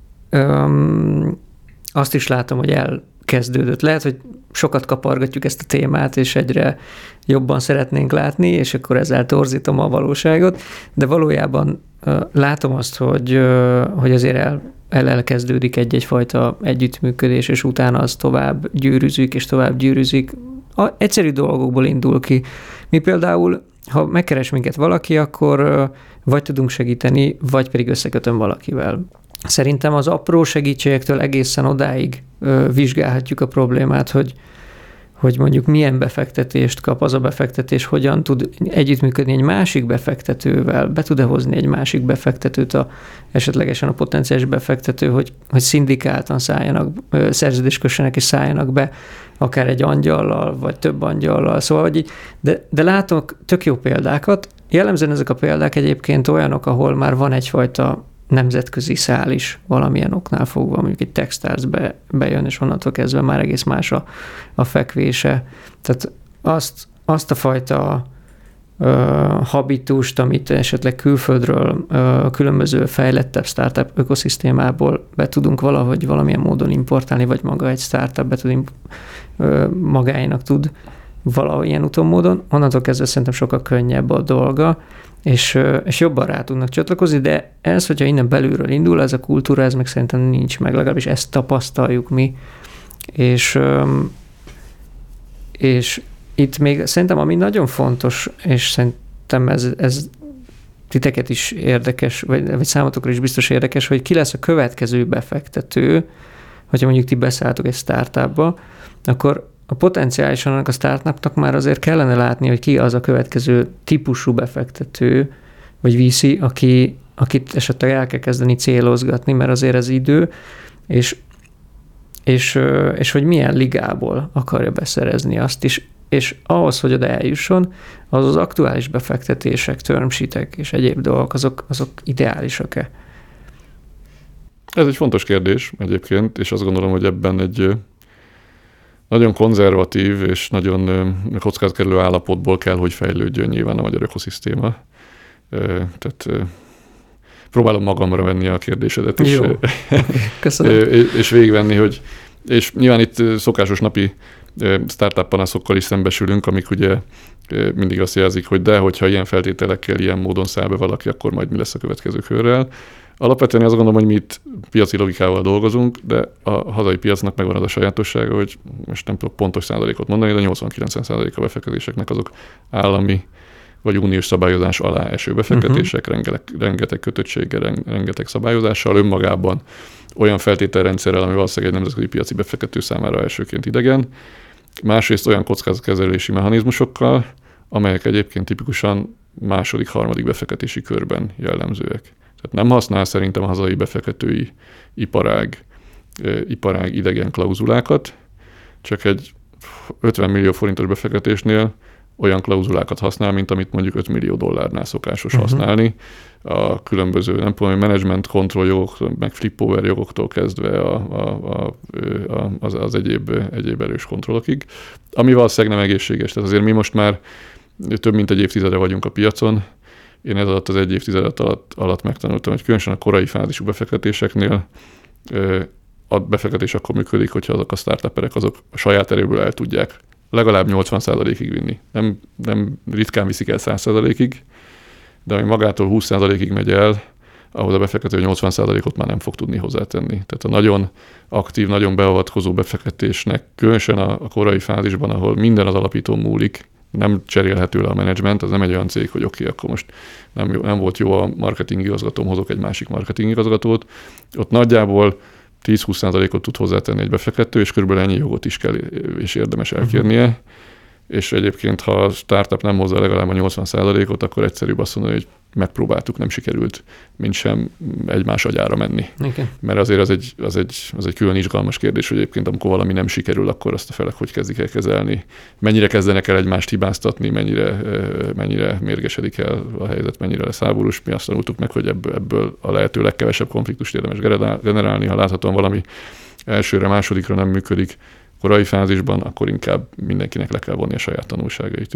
azt is látom, hogy elkezdődött. Lehet, hogy sokat kapargatjuk ezt a témát, és egyre jobban szeretnénk látni, és akkor ezzel torzítom a valóságot, de valójában látom azt, hogy azért elkezdődik egy-egyfajta együttműködés, és utána az tovább gyűrűzik. Egyszerű dolgokból indul ki. Mi például, ha megkeres minket valaki, akkor vagy tudunk segíteni, vagy pedig összekötöm valakivel. Szerintem az apró segítségektől egészen odáig vizsgálhatjuk a problémát, hogy mondjuk milyen befektetést kap az a befektetés, hogyan tud együttműködni egy másik befektetővel, be tud-e hozni egy másik befektetőt, esetlegesen a potenciális befektető, hogy szindikáltan szerződést kössenek és szálljanak be, akár egy angyallal, vagy több angyallal. Szóval, hogy így, de látok tök jó példákat. Jellemzően ezek a példák egyébként olyanok, ahol már van egyfajta nemzetközi szál is valamilyen oknál fogva, mondjuk egy Techstars bejön, és onnantól kezdve már egész más a fekvése. Tehát azt a fajta habitust, amit esetleg külföldről különböző fejlettebb startup ökoszisztémából be tudunk valahogy valamilyen módon importálni, vagy maga egy startup magáénak tud valahogy ilyen úton módon, onnantól kezdve szerintem sokkal könnyebb a dolga, és jobban rá tudnak csatlakozni, de ez, hogyha innen belülről indul, ez a kultúra, ez meg szerintem nincs meg, legalábbis ezt tapasztaljuk mi, és itt még szerintem, ami nagyon fontos, és szerintem ez titeket is érdekes, vagy számotokra is biztos érdekes, hogy ki lesz a következő befektető, hogyha mondjuk ti beszálltok egy startupba, akkor a potenciálisan annak a startupnak már azért kellene látni, hogy ki az a következő típusú befektető, vagy VC, akit esetleg el kell kezdeni célozgatni, mert azért ez idő, és hogy milyen ligából akarja beszerezni azt is, és ahhoz, hogy oda eljusson, az aktuális befektetések, term sheetek és egyéb dolgok, azok ideálisak-e? Ez egy fontos kérdés egyébként, és azt gondolom, hogy ebben egy nagyon konzervatív és nagyon kockázatkerülő állapotból kell, hogy fejlődjön nyilván a magyar ökoszisztéma. Tehát próbálom magamra venni a kérdésedet is. Jó. Köszönöm. És végigvenni, hogy és nyilván itt szokásos napi startup panaszokkal is szembesülünk, amik ugye mindig azt jelzik, hogy de, hogyha ilyen feltételekkel, ilyen módon száll be valaki, akkor majd mi lesz a következő körrel. Alapvetően azt gondolom, hogy mi itt piaci logikával dolgozunk, de a hazai piacnak megvan az a sajátossága, hogy most nem tudok pontos százalékot mondani, de 80-90% a befektetéseknek azok állami vagy uniós szabályozás alá eső befektetések, rengeteg kötöttséggel, rengeteg szabályozással, önmagában olyan feltételrendszerrel, ami valószínűleg egy nemzetközi piaci befektető számára elsőként idegen. Másrészt olyan kockázatkezelési mechanizmusokkal, amelyek egyébként tipikusan második, harmadik befektetési körben jellemzőek. Tehát nem használ szerintem a hazai befektetői iparág idegen klauzulákat, csak egy 50 millió forintos befektetésnél olyan klauzulákat használ, mint amit mondjuk 5 millió dollárnál szokásos használni. A különböző, nem tudom, management control jogok, meg flip-over jogoktól kezdve az egyéb erős kontrollokig, ami valószínűleg nem egészséges. Tehát azért mi most már több mint egy évtizede vagyunk a piacon. Én ez alatt az egy évtized alatt megtanultam, hogy különösen a korai fázisú befektetéseknél a befektetés akkor működik, hogyha azok a startuperek azok a saját erőből el tudják legalább 80%-ig vinni. Nem ritkán viszik el 100%-ig, de ami magától 20%-ig megy el, ahhoz a befektető 80%-ot már nem fog tudni hozzátenni. Tehát a nagyon aktív, nagyon beavatkozó befektetésnek, különösen a korai fázisban, ahol minden az alapítón múlik, nem cserélhető le a menedzsment, az nem egy olyan cég, hogy oké, akkor most nem volt jó a marketing igazgatóm, hozok egy másik marketing igazgatót. Ott nagyjából 10-20%-ot tud hozzátenni egy befektető, és körülbelül ennyi jogot is kell és érdemes elkérnie. És egyébként, ha a startup nem hozza legalább a 80%-ot, akkor egyszerűbb azt mondani, hogy megpróbáltuk, nem sikerült, mint sem egymás agyára menni. Okay. Mert azért az egy külön izgalmas kérdés, hogy egyébként amikor valami nem sikerül, akkor azt a felek hogy kezdik el kezelni, mennyire kezdenek el egymást hibáztatni, mennyire mérgesedik el a helyzet, mennyire lesz háborús. Mi azt tanultuk meg, hogy ebből a lehető legkevesebb konfliktust érdemes generálni, ha láthatóan valami elsőre, másodikra nem működik korai fázisban, akkor inkább mindenkinek le kell vonni a saját tanulságait,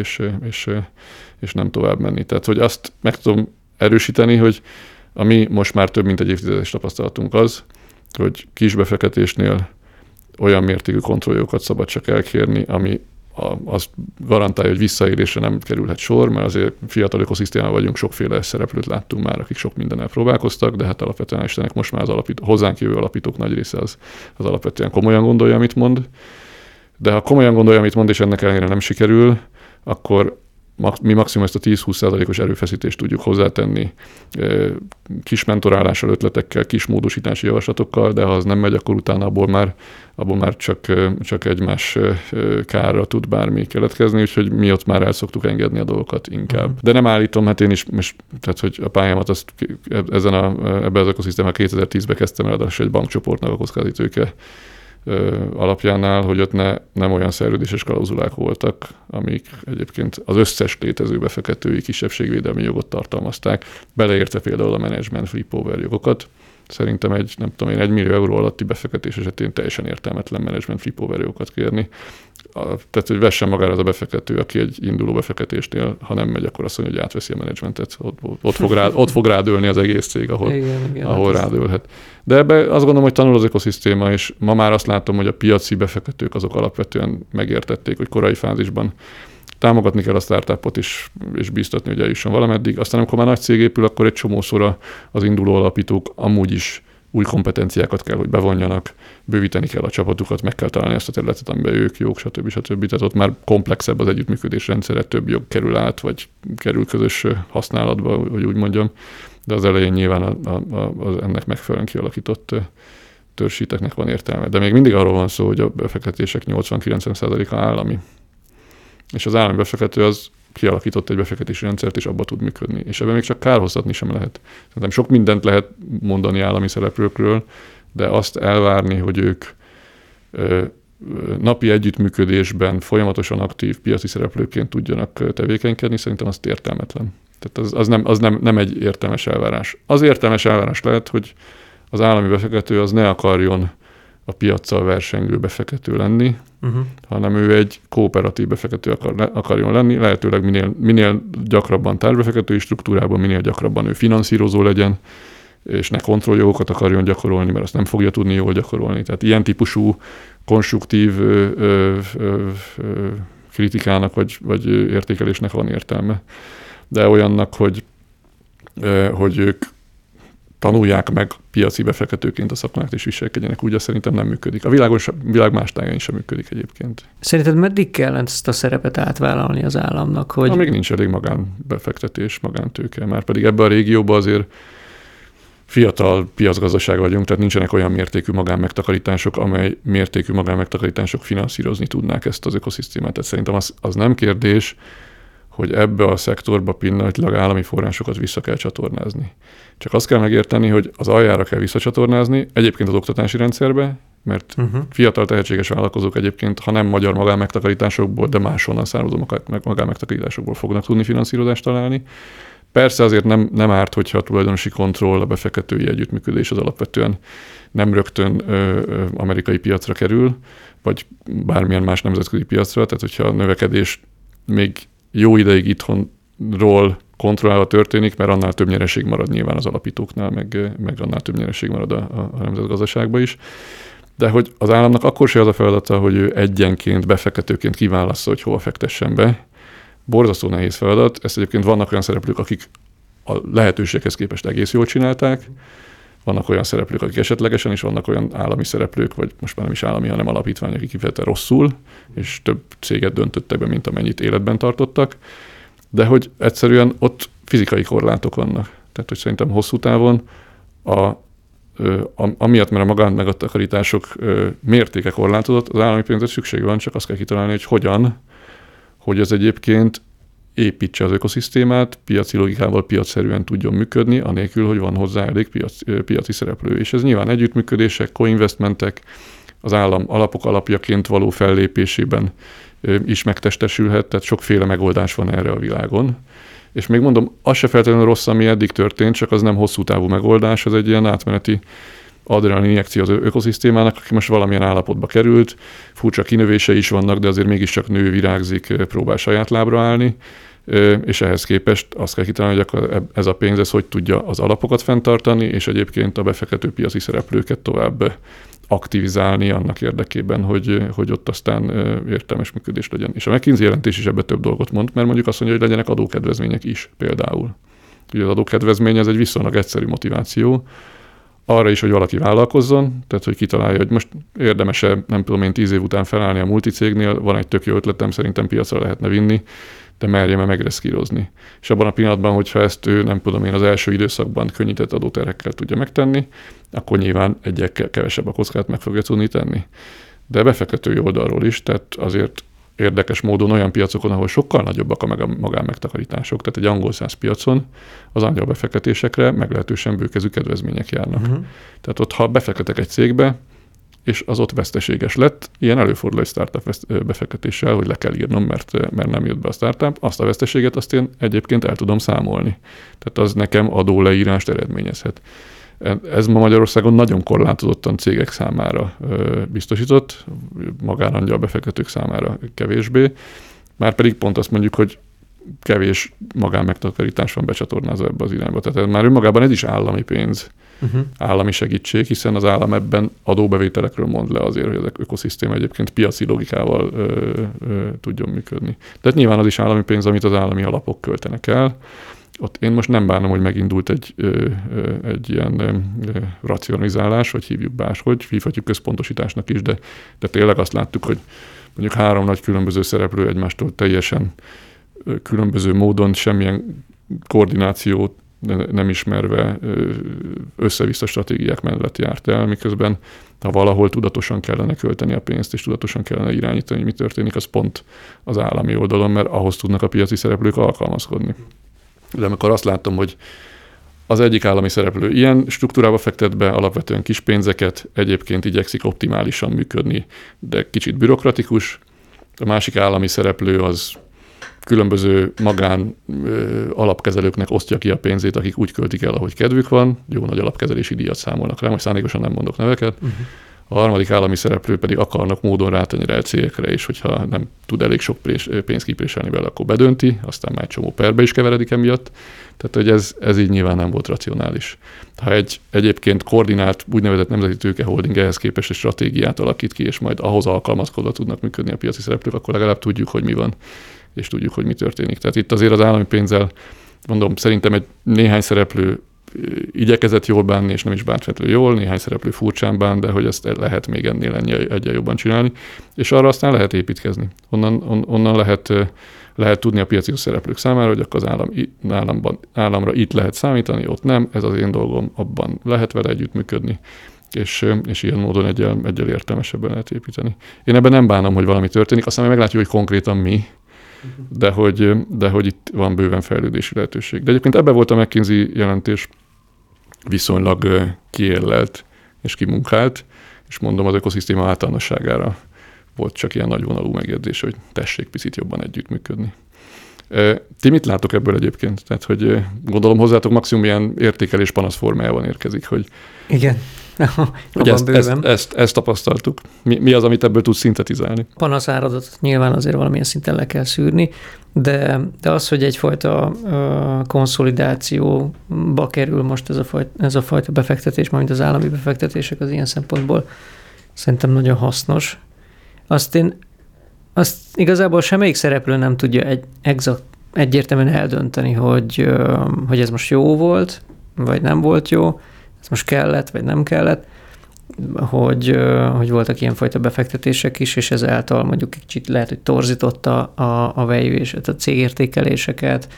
és nem tovább menni. Tehát, hogy azt meg tudom erősíteni, hogy ami most már több mint egy évtizedes tapasztalatunk az, hogy kisbefektetésnél olyan mértékű kontrolljogokat szabad csak elkérni, ami azt garantálja, hogy visszaélésre nem kerülhet sor, mert azért fiatal ökoszisztémában vagyunk, sokféle szereplőt láttunk már, akik sok mindennel próbálkoztak, de hát alapvetően Istenek most már hozzánk jövő alapítók nagy része az alapvetően komolyan gondolja, amit mond. De ha komolyan gondolja, amit mond, és ennek ellenére nem sikerül, akkor mi maximum ezt a 10-20%-os erőfeszítést tudjuk hozzátenni kis mentorálással, ötletekkel, kis módosítási javaslatokkal, de ha az nem megy, akkor utána abból már csak egymás kárra tud bármi keletkezni, úgyhogy mi ott már el szoktuk engedni a dolgokat inkább. De nem állítom, hát én is most, tehát hogy a pályámat azt ebben az ökoszisztémában 2010-ben kezdtem el, ráadásul egy bankcsoportnak a kockázati tőke alapjánál, hogy ott nem olyan szerződéses klauzulák voltak, amik egyébként az összes létező befektetői kisebbségvédelmi jogot tartalmazták, beleértve például a management free power jogokat. Szerintem egy 1 millió euró alatti befektetés esetén teljesen értelmetlen management free power jogokat kérni. Tehát, hogy vessen magára az a befektető, aki egy induló befektetésnél, ha nem megy, akkor azt mondja, hogy átveszi a menedzsmentet. Ott fog rádőlni az egész cég, ahol rádőlhet. De ebbe azt gondolom, hogy tanul az ökoszisztéma, és ma már azt látom, hogy a piaci befektetők azok alapvetően megértették, hogy korai fázisban támogatni kell a startupot is, és bíztatni, hogy eljusson valameddig. Aztán, amikor már nagy cég épül, akkor egy csomószor az induló alapítók amúgy is új kompetenciákat kell, hogy bevonjanak, bővíteni kell a csapatukat, meg kell találni azt a területet, amiben ők jók, stb. Tehát ott már komplexebb az együttműködés rendszere, több jog kerül át, vagy kerül közös használatba, hogy úgy mondjam. De az elején nyilván az ennek megfelelően kialakított törzsíteknek van értelme. De még mindig arról van szó, hogy a befektetések 80-90%-a állami. És az állami befektető az kialakított egy befektetési rendszert, és abba tud működni. És ebben még csak kárhoztatni sem lehet. Szerintem sok mindent lehet mondani állami szereplőkről, de azt elvárni, hogy ők napi együttműködésben folyamatosan aktív piaci szereplőként tudjanak tevékenykedni, szerintem az értelmetlen. Tehát az nem egy értelmes elvárás. Az értelmes elvárás lehet, hogy az állami befektető az ne akarjon a piaccal versengő befektető lenni, hanem ő egy kooperatív befektető akarjon lenni, lehetőleg minél gyakrabban társbefektetői struktúrában, minél gyakrabban ő finanszírozó legyen, és ne kontrolljogokat akarjon gyakorolni, mert azt nem fogja tudni jól gyakorolni. Tehát ilyen típusú konstruktív kritikának vagy értékelésnek van értelme. De olyannak, hogy ők tanulják meg piaci befektetőként a szakmát és viselkedjenek, úgy, azt szerintem nem működik. A világ más táján sem működik egyébként. Szerinted meddig kell ezt a szerepet átvállalni az államnak? Hogy... Még nincs elég magánbefektetés, magántőke, már pedig ebben a régióban azért fiatal piacgazdaság vagyunk, tehát nincsenek olyan mértékű magánmegtakarítások, amely mértékű magánmegtakarítások finanszírozni tudnák ezt az ökoszisztémát. Tehát szerintem az nem kérdés, hogy ebbe a szektorba pillanatnyilag állami forrásokat vissza kell csatornázni. Csak azt kell megérteni, hogy az aljára kell visszacsatornázni, egyébként az oktatási rendszerbe, mert fiatal tehetséges vállalkozók egyébként, ha nem magyar magánmegtakarításokból, de máshonnan származó magánmegtakarításokból fognak tudni finanszírozást találni. Persze azért nem árt, hogyha a tulajdonosi kontroll, a befektetői együttműködés az alapvetően nem rögtön amerikai piacra kerül, vagy bármilyen más nemzetközi piacra, tehát hogyha a növekedés még jó ideig itthonról kontrollálva történik, mert annál több nyereség marad nyilván az alapítóknál, meg annál több nyereség marad a nemzetgazdaságban is. De hogy az államnak akkor se az a feladata, hogy ő egyenként, befektetőként kiválassza, hogy hova fektessen be. Borzasztó nehéz feladat. Ezt egyébként vannak olyan szereplők, akik a lehetőséghez képest egész jól csinálták, vannak olyan szereplők, akik esetlegesen, és vannak olyan állami szereplők, vagy most már nem is állami, hanem alapítvány, akik kifejezetten rosszul, és több céget döntöttek be, mint amennyit életben tartottak, de hogy egyszerűen ott fizikai korlátok vannak. Tehát, hogy szerintem hosszú távon amiatt, mert a magánmegtakarítások mértéke korlátozott, az állami pénzre szükség van, csak azt kell kitalálni, hogy hogyan, hogy ez egyébként építse az ökoszisztémát, piaci logikával piacszerűen tudjon működni, anélkül, hogy van hozzá elég piaci szereplő. És ez nyilván együttműködések, co-investmentek, az állam alapok alapjaként való fellépésében is megtestesülhet, tehát sokféle megoldás van erre a világon. És még mondom, az se feltétlenül rossz, ami eddig történt, csak az nem hosszú távú megoldás, az egy ilyen átmeneti adrenalin injekció az ökoszisztémának, aki most valamilyen állapotba került, furcsa kinövései is vannak, de azért mégiscsak nő, virágzik, próbál saját lábra állni, és ehhez képest azt kell kitalálni, hogy ez a pénz ez hogy tudja az alapokat fenntartani, és egyébként a befektető piaci szereplőket tovább aktivizálni annak érdekében, hogy ott aztán értelmes működés legyen. És a McKinsey jelentés is ebbe több dolgot mond, mert mondjuk azt mondja, hogy legyenek adókedvezmények is például. Ugye az adókedvezmény ez egy viszonylag egyszerű motiváció, arra is, hogy valaki vállalkozzon, tehát hogy kitalálja, hogy most érdemes-e, nem tudom én 10 év után felállni a multicégnél, van egy tök jó ötletem, szerintem piacra lehetne vinni, de merjem-e megreszkírozni. És abban a pillanatban, hogyha ezt ő, nem tudom én, az első időszakban könnyített adóterhekkel tudja megtenni, akkor nyilván egyel kevesebb a kockát meg fogja tudni tenni. De befektetői oldalról is, tehát azért érdekes módon olyan piacokon, ahol sokkal nagyobbak a magánmegtakarítások, tehát egy angol száz piacon az angyalbefektetésekre meglehetősen bőkezű kedvezmények járnak. Tehát ott, ha befektetek egy cégbe, és az ott veszteséges lett. Ilyen előfordul egy startup befektetéssel, hogy le kell írnom, mert nem jött be a startup. Azt a veszteséget azt én egyébként el tudom számolni. Tehát az nekem adóleírást eredményezhet. Ez ma Magyarországon nagyon korlátozottan cégek számára biztosított, magánangyal befektetők számára kevésbé. Márpedig pont azt mondjuk, hogy kevés magánmegtakarítás van becsatornázva ebbe az irányba. Tehát már önmagában ez is állami pénz, állami segítség, hiszen az állam ebben adóbevételekről mond le azért, hogy az ökoszisztéma egyébként piaci logikával tudjon működni. De nyilván az is állami pénz, amit az állami alapok költenek el. Ott én most nem bánom, hogy megindult egy ilyen racionalizálás, vagy hívjuk máshogy, hívhatjuk központosításnak is, de tényleg azt láttuk, hogy mondjuk 3 nagy különböző szereplő egymástól teljesen különböző módon, semmilyen koordinációt nem ismerve össze-vissza stratégiák mellett járt el, miközben ha valahol tudatosan kellene költeni a pénzt, és tudatosan kellene irányítani, mi történik, az pont az állami oldalon, mert ahhoz tudnak a piaci szereplők alkalmazkodni. De amikor azt látom, hogy az egyik állami szereplő ilyen struktúrába fektet be alapvetően kis pénzeket, egyébként igyekszik optimálisan működni, de kicsit bürokratikus, a másik állami szereplő az különböző magán alapkezelőknek osztja ki a pénzét, akik úgy költik el, ahogy kedvük van, jó nagy alapkezelési díjat számolnak rá, majd szándékosan nem mondok neveket. A harmadik állami szereplő pedig akarnak módon rátenni rá cégekre, és hogyha nem tud elég sok pénzt kipréselni vele, akkor bedönti, aztán már egy csomó perbe is keveredik emiatt. Tehát, hogy ez így nyilván nem volt racionális. Ha egy egyébként koordinált úgynevezett nemzeti tőkeholding ehhez képest egy stratégiát alakít ki, és majd ahhoz alkalmazkodva tudnak működni a piaci szereplők, akkor legalább tudjuk, hogy mi van, és tudjuk, hogy mi történik. Tehát itt azért az állami pénzzel, mondom, szerintem egy néhány szereplő igyekezett jól bánni, és nem is bánt feltétlenül jól, néhány szereplő furcsán bán, de hogy ezt lehet még ennél egyen jobban csinálni, és arra aztán lehet építkezni. Onnan lehet tudni a piaci szereplők számára, hogy akkor az államra itt lehet számítani, ott nem, ez az én dolgom, abban lehet vele együttműködni, és ilyen módon egyel értelmesebben lehet építeni. Én ebben nem bánom, hogy valami történik, aztán meglátjuk, hogy konkrétan mi, de hogy itt van bőven fejlődési lehetőség. De egyébként ebben volt a McKinsey jelentés viszonylag kiérlelt és kimunkált, és mondom, az ökoszisztéma általánosságára volt csak ilyen nagyvonalú megjegyzés, hogy tessék picit jobban együttműködni. Ti mit látok ebből egyébként? Tehát, hogy gondolom hozzátok maximum ilyen értékelés panasz formájában érkezik, hogy igen. Hogy ezt tapasztaltuk. Mi az, amit ebből tudsz szintetizálni? Panaszáradatot nyilván azért valamilyen szinten le kell szűrni, de az, hogy egyfajta konszolidációba kerül most ez a fajta befektetés, mint az állami befektetések az ilyen szempontból szerintem nagyon hasznos. Azt igazából semmelyik szereplő nem tudja egyértelműen eldönteni, hogy ez most jó volt, vagy nem volt jó, ez most kellett, vagy nem kellett, hogy voltak ilyenfajta befektetések is, és ezáltal mondjuk egy kicsit lehet, hogy torzította a valuation, a cégértékeléseket,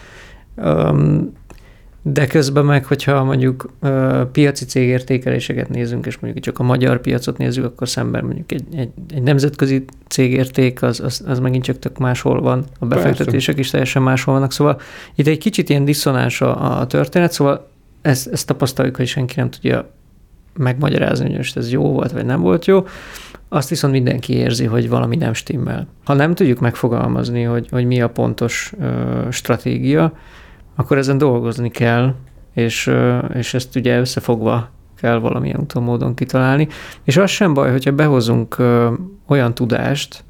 de közben meg, hogyha mondjuk piaci cégértékeléseket nézünk, és mondjuk csak a magyar piacot nézzük, akkor szemben mondjuk egy nemzetközi cégérték, az megint csak tök máshol van, a befektetések is teljesen máshol vannak, szóval itt egy kicsit ilyen diszonás a történet, szóval ezt tapasztaljuk, hogy senki nem tudja megmagyarázni, hogy most ez jó volt, vagy nem volt jó. Azt viszont mindenki érzi, hogy valami nem stimmel. Ha nem tudjuk megfogalmazni, hogy mi a pontos stratégia, akkor ezen dolgozni kell, és ezt ugye összefogva kell valamilyen úton módon kitalálni. És az sem baj, hogyha behozunk olyan tudást,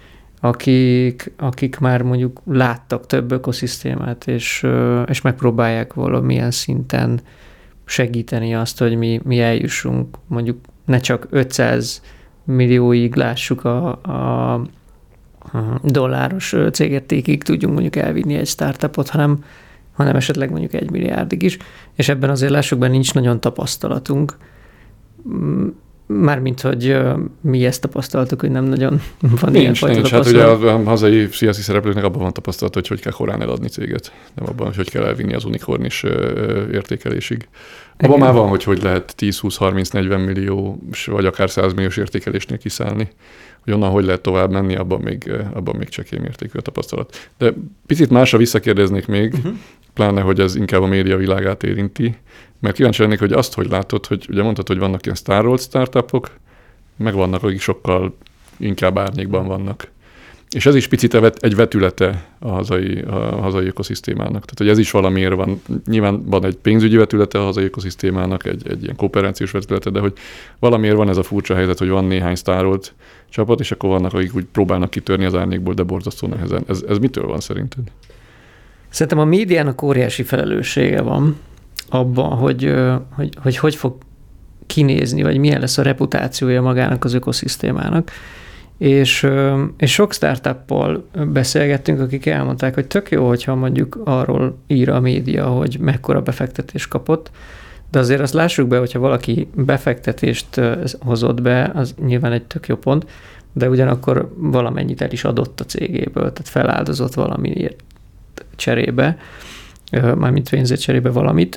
akik már mondjuk láttak több ökoszisztémát, és megpróbálják valamilyen szinten segíteni azt, hogy mi eljussunk, mondjuk ne csak 500 millióig lássuk a dolláros cégértékig tudjunk mondjuk elvinni egy startupot, hanem esetleg mondjuk 1 milliárdig is, és ebben azért lássuk be, nincs nagyon tapasztalatunk. Mármint, hogy mi ezt tapasztaltuk, hogy nem nagyon van ilyen fajta tapasztalat. Hát ugye a hazai piaci szereplőknek abban van tapasztalat, hogy kell korán eladni céget, nem abban, hogy kell elvinni az unikornis értékelésig. Abban már van, hogy lehet 10-20-30-40 millió, vagy akár 100 milliós értékelésnél kiszállni. Hogy onnan hogy lehet tovább menni, abban még csekély mértékű a tapasztalat. De picit másra visszakérdeznék még, pláne, hogy ez inkább a média világát érinti, mert kíváncsi lennék, hogy azt, hogy látod, hogy ugye mondtad, hogy vannak ilyen sztárolt startupok, meg vannak, akik sokkal inkább árnyékban vannak. És ez is picit egy vetülete a hazai ökoszisztémának. Tehát, hogy ez is valamiért van. Nyilván van egy pénzügyi vetülete a hazai ökoszisztémának, egy ilyen kooperációs vetülete, de hogy valamiért van ez a furcsa helyzet, hogy van néhány sztárolt csapat, és akkor vannak, akik úgy próbálnak kitörni az árnyékból, de borzasztó nehezen. Ez mitől van szerinted? Szerintem a médiának óriási felelőssége van abban, hogy fog kinézni, vagy milyen lesz a reputációja magának az ökoszisztémának. És sok startuppal beszélgettünk, akik elmondták, hogy tök jó, hogyha mondjuk arról ír a média, hogy mekkora befektetést kapott, de azért azt lássuk be, hogyha valaki befektetést hozott be, az nyilván egy tök jó pont, de ugyanakkor valamennyit el is adott a cégéből, tehát feláldozott valamiért cserébe, mármint pénzért cserébe valamit,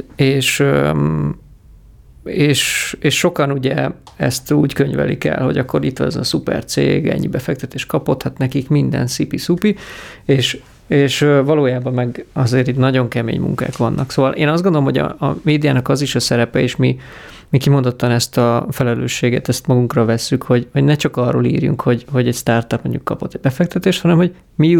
és sokan ugye ezt úgy könyvelik el, hogy akkor itt az a szuper cég, ennyi befektetés kapott, hát nekik minden szipi-szupi, és valójában meg azért itt nagyon kemény munkák vannak. Szóval én azt gondolom, hogy a médiának az is a szerepe, és mi kimondottan ezt a felelősséget, ezt magunkra vesszük, hogy ne csak arról írjunk, hogy egy startup mondjuk kapott egy befektetést, hanem hogy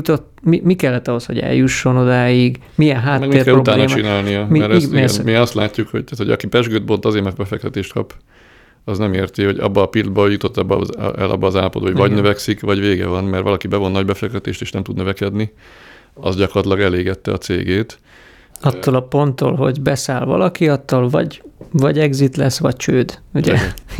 mi kellett ahhoz, hogy eljusson odáig, milyen háttér meg probléma. utána csinálnia, mert mi azt látjuk, hogy aki pezsgőt bont azért, mert befektetést kap, az nem érti, hogy abba a pillanatban jutott abba az állapotba, hogy vagy növekszik, vagy vége van, mert valaki bevon nagy befektetést, és nem tud növekedni, az gyakorlatilag elégette a cégét. Attól a ponttól, hogy beszáll valaki, attól vagy exit lesz, vagy csőd, ugye?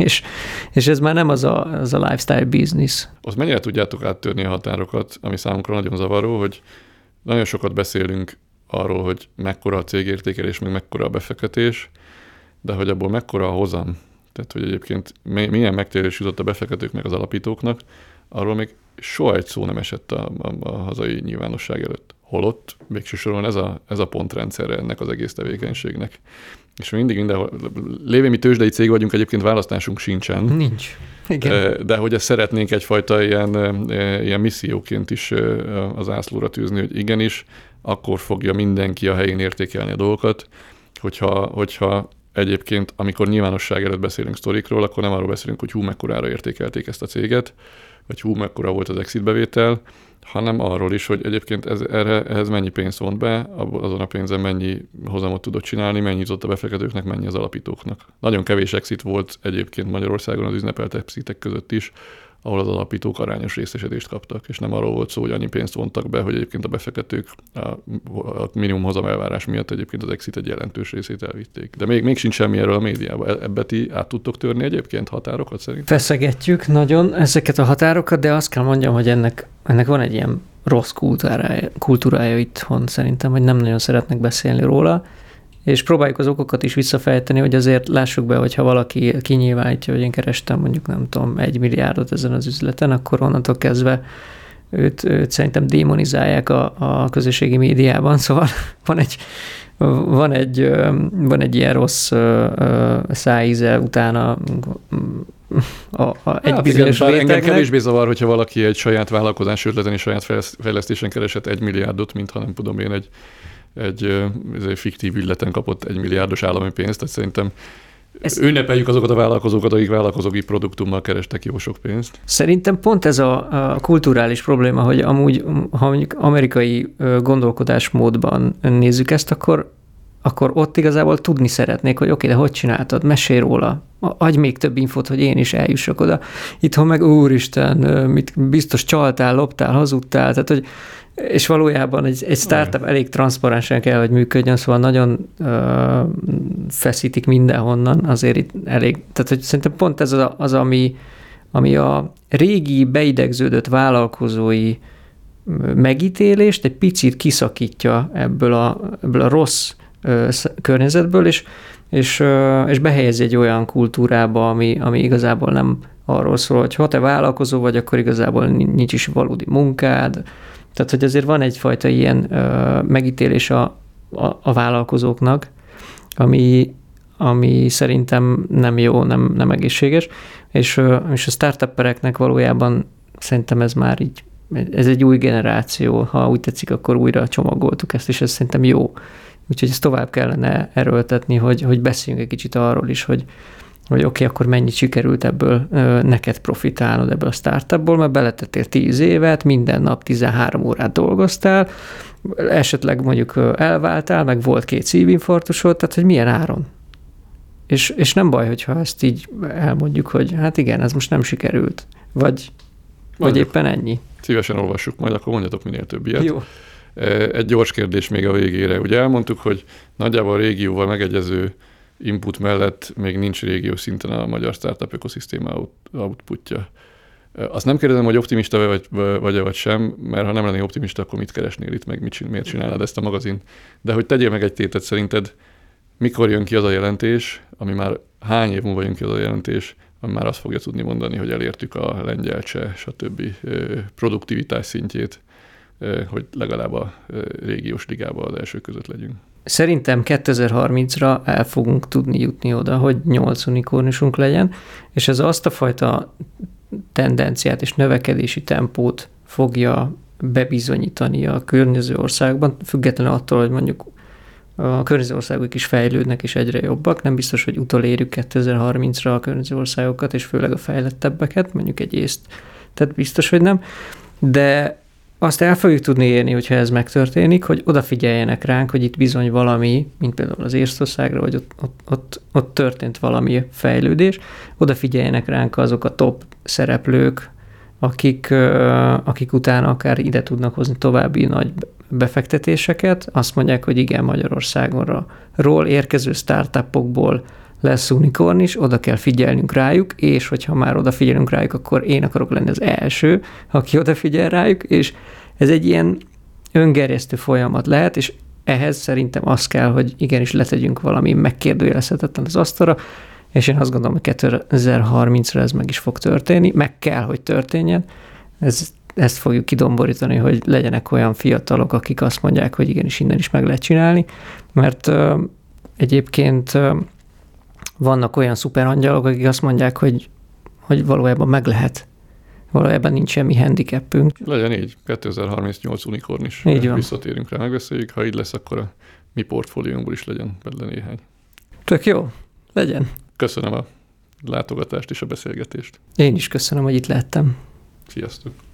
És ez már nem az a lifestyle business. Azt mennyire tudjátok áttörni a határokat, ami számunkra nagyon zavaró, hogy nagyon sokat beszélünk arról, hogy mekkora a cégértékelés, meg mekkora a befektetés, de hogy abból mekkora a hozam. Tehát, hogy egyébként milyen megtérés jutott a befektetők meg az alapítóknak, arról még soha egy szó nem esett a hazai nyilvánosság előtt. Holott végső soron ez a pontrendszerre ennek az egész tevékenységnek. És mindenhol, lévén mi tőzsdei cég vagyunk, egyébként választásunk sincsen. Nincs. Igen. De hogy ezt szeretnénk egyfajta ilyen misszióként is az ászlóra tűzni, hogy igenis, akkor fogja mindenki a helyén értékelni a dolgokat, hogyha egyébként, amikor nyilvánosság előtt beszélünk sztorikról, akkor nem arról beszélünk, hogy mekkorára értékelték ezt a céget, vagy mekkora volt az exit bevétel, hanem arról is, hogy egyébként ehhez mennyi pénzt vont be, azon a pénzen mennyi hozamot tudott csinálni, mennyi jutott a befektetőknek, mennyi az alapítóknak. Nagyon kevés exit volt egyébként Magyarországon az ünnepelt exitek között is, ahol az alapítók arányos részesedést kaptak, és nem arról volt szó, hogy annyi pénzt vontak be, hogy egyébként a befektetők a minimum hozamelvárás miatt egyébként az exit egy jelentős részét elvitték. De még sincs semmi erről a médiában. Ebbe ti át tudtok törni egyébként határokat szerintem? Feszegetjük nagyon ezeket a határokat, de azt kell mondjam, hogy ennek van egy ilyen rossz kultúrája itthon szerintem, hogy nem nagyon szeretnek beszélni róla, és próbáljuk az okokat is visszafejteni, hogy azért lássuk be, hogyha valaki kinyilvánítja, hogy én kerestem mondjuk nem tudom 1 milliárdot ezen az üzleten, akkor onnantól kezdve őt szerintem démonizálják a közösségi médiában, szóval van egy ilyen rossz szájíze utána egy bizonyos rétegnek. Engem kevésbé zavar, hogyha valaki egy saját vállalkozás ötleten és saját fejlesztésen keresett 1 milliárdot, mintha nem tudom én egy fiktív ügyleten kapott 1 milliárdos állami pénzt, tehát szerintem ünnepeljük azokat a vállalkozókat, akik vállalkozói produktummal kerestek jó sok pénzt. Szerintem pont ez a kulturális probléma, hogy amúgy, ha mondjuk amerikai gondolkodásmódban nézzük ezt, akkor ott igazából tudni szeretnék, hogy oké, de hogy csináltad, mesélj róla, adj még több infót, hogy én is eljussak oda. Itthon meg úristen, biztos csaltál, loptál, hazudtál, tehát hogy és valójában egy startup elég transzparensen kell, hogy működjön, szóval nagyon feszítik mindenhonnan, azért itt elég, tehát hogy szerintem pont ez az ami a régi beidegződött vállalkozói megítélést egy picit kiszakítja ebből a rossz környezetből, és behelyezi egy olyan kultúrába, ami igazából nem arról szól, hogy ha te vállalkozó vagy, akkor igazából nincs is valódi munkád. Tehát, hogy azért van egyfajta ilyen megítélés a vállalkozóknak, ami szerintem nem jó, nem egészséges, és a startuppereknek valójában szerintem ez már így, ez egy új generáció, ha úgy tetszik, akkor újra csomagoltuk ezt, és ez szerintem jó. Úgyhogy ezt tovább kellene erőltetni, hogy beszéljünk egy kicsit arról is, hogy oké, akkor mennyit sikerült ebből neked profitálnod ebből a startupból, mert beletettél 10 évet, minden nap 13 órát dolgoztál, esetleg mondjuk elváltál, meg volt 2 szívinfarktusod, tehát hogy milyen áron. És nem baj, hogyha ezt így elmondjuk, hogy hát igen, ez most nem sikerült, vagy éppen ennyi. Szívesen olvassuk, majd akkor mondjatok minél több ilyet. Jó. Egy gyors kérdés még a végére. Ugye elmondtuk, hogy nagyjából a régióval megegyező input mellett még nincs régió szinten a magyar startup ökoszisztéma outputja. Azt nem kérdezem, hogy optimista vagy sem, mert ha nem lennél optimista, akkor mit keresnél itt, meg miért csinálnád ezt a magazint. De hogy tegyél meg egy tétet, szerinted mikor jön ki az a jelentés, ami már hány év múlva jön ki az a jelentés, ami már azt fogja tudni mondani, hogy elértük a lengyel, cseh, stb. Produktivitás szintjét, hogy legalább a régiós ligában az első között legyünk. Szerintem 2030-ra el fogunk tudni jutni oda, hogy 8 unikornisunk legyen, és ez azt a fajta tendenciát és növekedési tempót fogja bebizonyítani a környező országban, függetlenül attól, hogy mondjuk a környező országok is fejlődnek és egyre jobbak. Nem biztos, hogy utolérjük 2030-ra a környező országokat, és főleg a fejlettebbeket, mondjuk egy észt, tehát biztos, hogy nem. De azt el fogjuk tudni érni, hogyha ez megtörténik, hogy odafigyeljenek ránk, hogy itt bizony valami, mint például az Észtországra, vagy ott történt valami fejlődés, odafigyeljenek ránk azok a top szereplők, akik utána akár ide tudnak hozni további nagy befektetéseket. Azt mondják, hogy igen, Magyarországonról érkező startupokból lesz unikorn is, oda kell figyelnünk rájuk, és hogyha már odafigyelünk rájuk, akkor én akarok lenni az első, aki odafigyel rájuk, és ez egy ilyen öngerjesztő folyamat lehet, és ehhez szerintem az kell, hogy igenis letegyünk valami megkérdőjelezhetetlen az asztalra, és én azt gondolom, hogy 2030-ra ez meg is fog történni, meg kell, hogy történjen. Ezt fogjuk kidomborítani, hogy legyenek olyan fiatalok, akik azt mondják, hogy igenis innen is meg lehet csinálni, mert egyébként vannak olyan szuperangyalok, akik azt mondják, hogy valójában meg lehet. Valójában nincs semmi handicapünk. Legyen így, 2038 unikorn is. Így van. Visszatérünk rá, megbeszéljük. Ha így lesz, akkor a mi portfóliónkból is legyen belőle néhány. Tök jó, legyen. Köszönöm a látogatást és a beszélgetést. Én is köszönöm, hogy itt lehettem. Sziasztok!